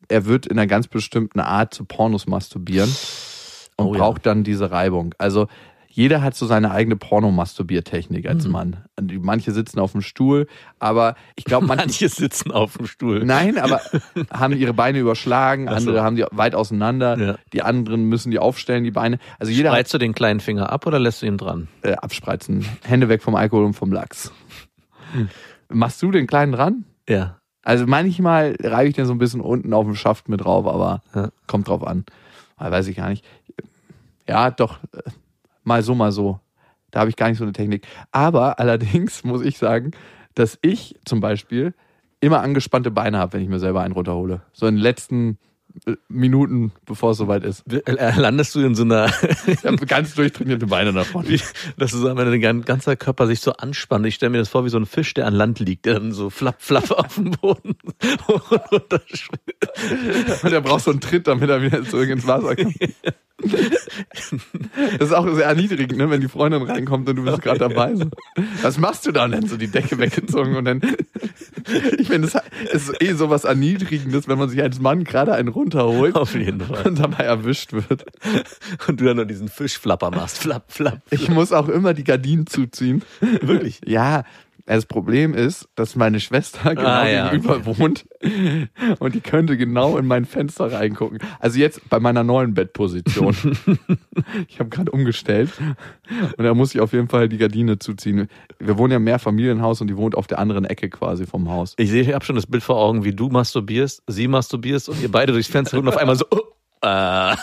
er wird in einer ganz bestimmten Art zu Pornos masturbieren und Oh ja. braucht dann diese Reibung. Also jeder hat so seine eigene Pornomasturbiertechnik als Mhm. Mann. Und manche sitzen auf dem Stuhl, aber ich glaube, man, Manche sitzen auf dem Stuhl. nein, aber haben ihre Beine überschlagen, Ach so. andere haben die weit auseinander, Ja. die anderen müssen die aufstellen, die Beine. Also jeder Spreizst du den kleinen Finger ab oder lässt du ihn dran? hat äh, abspreizen. Hände weg vom Alkohol und vom Lachs. Machst du den kleinen dran? Ja. Also manchmal reibe ich den so ein bisschen unten auf dem Schaft mit drauf, aber Ja. kommt drauf an. Weiß ich gar nicht. Ja, doch, äh, mal so, mal so. Da habe ich gar nicht so eine Technik. Aber allerdings muss ich sagen, dass ich zum Beispiel immer angespannte Beine habe, wenn ich mir selber einen runterhole. So in den letzten äh, Minuten, bevor es soweit ist. Äh, Landest du in so einer, Ich habe ganz durchtrainierte Beine davon. wie, dass du so am Ende dein ganzer Körper sich so anspannt. Ich stelle mir das vor wie so ein Fisch, der an Land liegt, der dann so flapp, flapp auf dem Boden runterschwimmt. Und er braucht so einen Tritt, damit er wieder zurück ins Wasser kommt. Das ist auch sehr erniedrigend, ne, wenn die Freundin reinkommt und du bist gerade dabei. So. Was machst du da? Und dann so die Decke weggezogen und dann. Ich finde, es ist eh sowas Erniedrigendes, wenn man sich als Mann gerade einen runterholt Auf jeden Fall. und dabei erwischt wird. Und du dann nur diesen Fischflapper machst. Flapp, flapp. Ich muss auch immer die Gardinen zuziehen. Wirklich? Ja. Das Problem ist, dass meine Schwester genau Ah, ja, gegenüber wohnt und die könnte genau in mein Fenster reingucken. Also jetzt bei meiner neuen Bettposition. Ich habe gerade umgestellt und da muss ich auf jeden Fall die Gardine zuziehen. Wir wohnen ja im Mehrfamilienhaus und die wohnt auf der anderen Ecke quasi vom Haus. Ich sehe, ich habe schon das Bild vor Augen, wie du masturbierst, sie masturbierst und ihr beide durchs Fenster gucken und auf einmal so, oh, äh.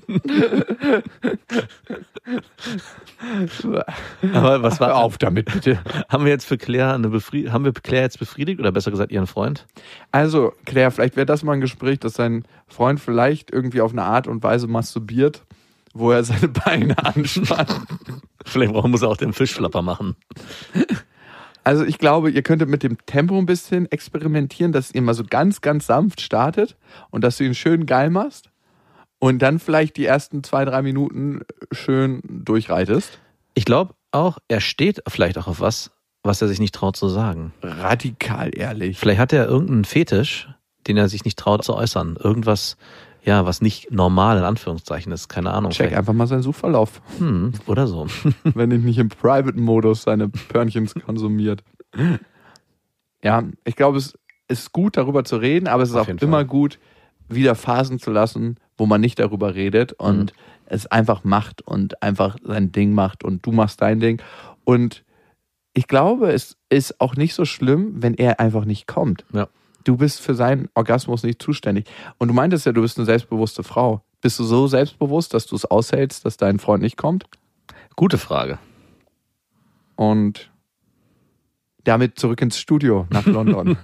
Aber was war Hör auf damit, bitte. Haben wir jetzt für Claire eine Befried haben wir Claire jetzt befriedigt oder besser gesagt ihren Freund? Also, Claire, vielleicht wäre das mal ein Gespräch, dass dein Freund vielleicht irgendwie auf eine Art und Weise masturbiert, wo er seine Beine anspannt. Vielleicht brauchen muss er auch den Fischflapper machen. Also ich glaube, ihr könntet mit dem Tempo ein bisschen experimentieren, dass ihr mal so ganz, ganz sanft startet und dass du ihn schön geil machst und dann vielleicht die ersten zwei, drei Minuten schön durchreitest. Ich glaube auch, er steht vielleicht auch auf was, was er sich nicht traut zu sagen. Radikal ehrlich. Vielleicht hat er irgendeinen Fetisch, den er sich nicht traut zu äußern. Irgendwas, ja, was nicht normal in Anführungszeichen ist. Keine Ahnung. Check einfach mal seinen Suchverlauf, Hm, oder so. wenn ich nicht im Private-Modus seine Pörnchens konsumiert. Ja, ich glaube, es ist gut, darüber zu reden, aber es ist Auf auch jeden immer Fall. gut, wieder Phasen zu lassen, wo man nicht darüber redet und Mhm. es einfach macht und einfach sein Ding macht und du machst dein Ding. Und ich glaube, es ist auch nicht so schlimm, wenn er einfach nicht kommt. Ja. Du bist für seinen Orgasmus nicht zuständig. Und du meintest ja, du bist eine selbstbewusste Frau. Bist du so selbstbewusst, dass du es aushältst, dass dein Freund nicht kommt? Gute Frage. Und damit zurück ins Studio nach London.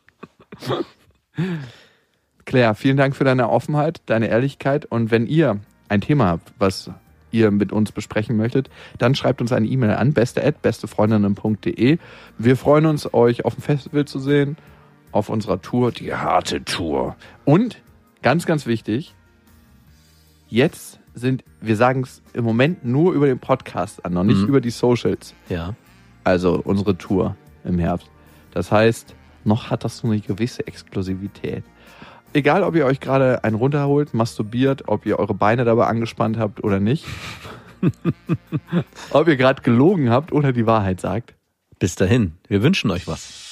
Claire, vielen Dank für deine Offenheit, deine Ehrlichkeit. Und wenn ihr ein Thema habt, was ihr mit uns besprechen möchtet, dann schreibt uns eine E-Mail an beste at bestefreundinnen punkt de. Wir freuen uns, euch auf dem Festival zu sehen, auf unserer Tour, die harte Tour. Und, ganz, ganz wichtig, jetzt sind, wir sagen es im Moment nur über den Podcast an, noch nicht Mhm. über die Socials. Ja. Also unsere Tour im Herbst. Das heißt, noch hat das so eine gewisse Exklusivität. Egal, ob ihr euch gerade einen runterholt, masturbiert, ob ihr eure Beine dabei angespannt habt oder nicht. Ob ihr gerade gelogen habt oder die Wahrheit sagt. Bis dahin, wir wünschen euch was.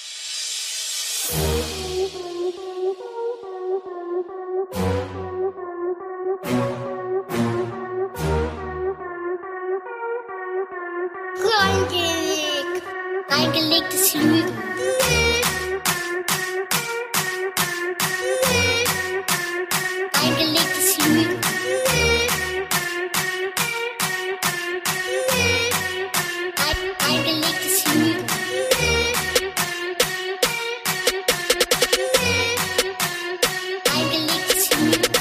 Reingelegt. Reingelegtes Lügen. Reingelegtes Lügen. Rein- Reingelegtes Lügen. Reingelegtes Lügen.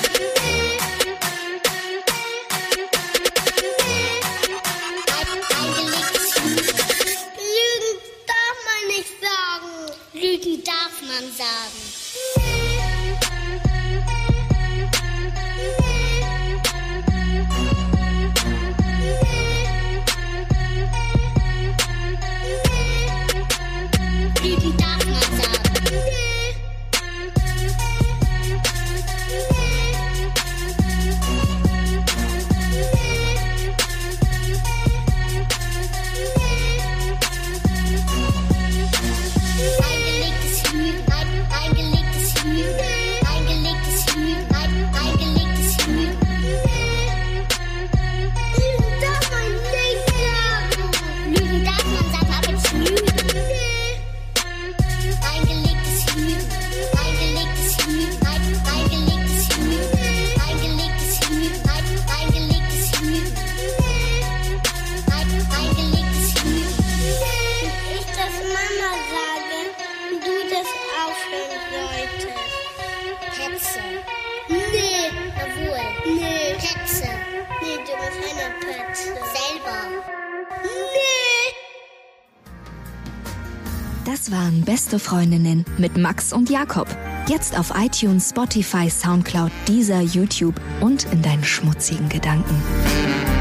Eingelegtes Lügen. Lügen darf man nicht sagen. Lügen darf man sagen. Lügen darf man sagen. Das waren Beste Freundinnen mit Max und Jakob. Jetzt auf iTunes, Spotify, Soundcloud, Deezer, YouTube und in deinen schmutzigen Gedanken.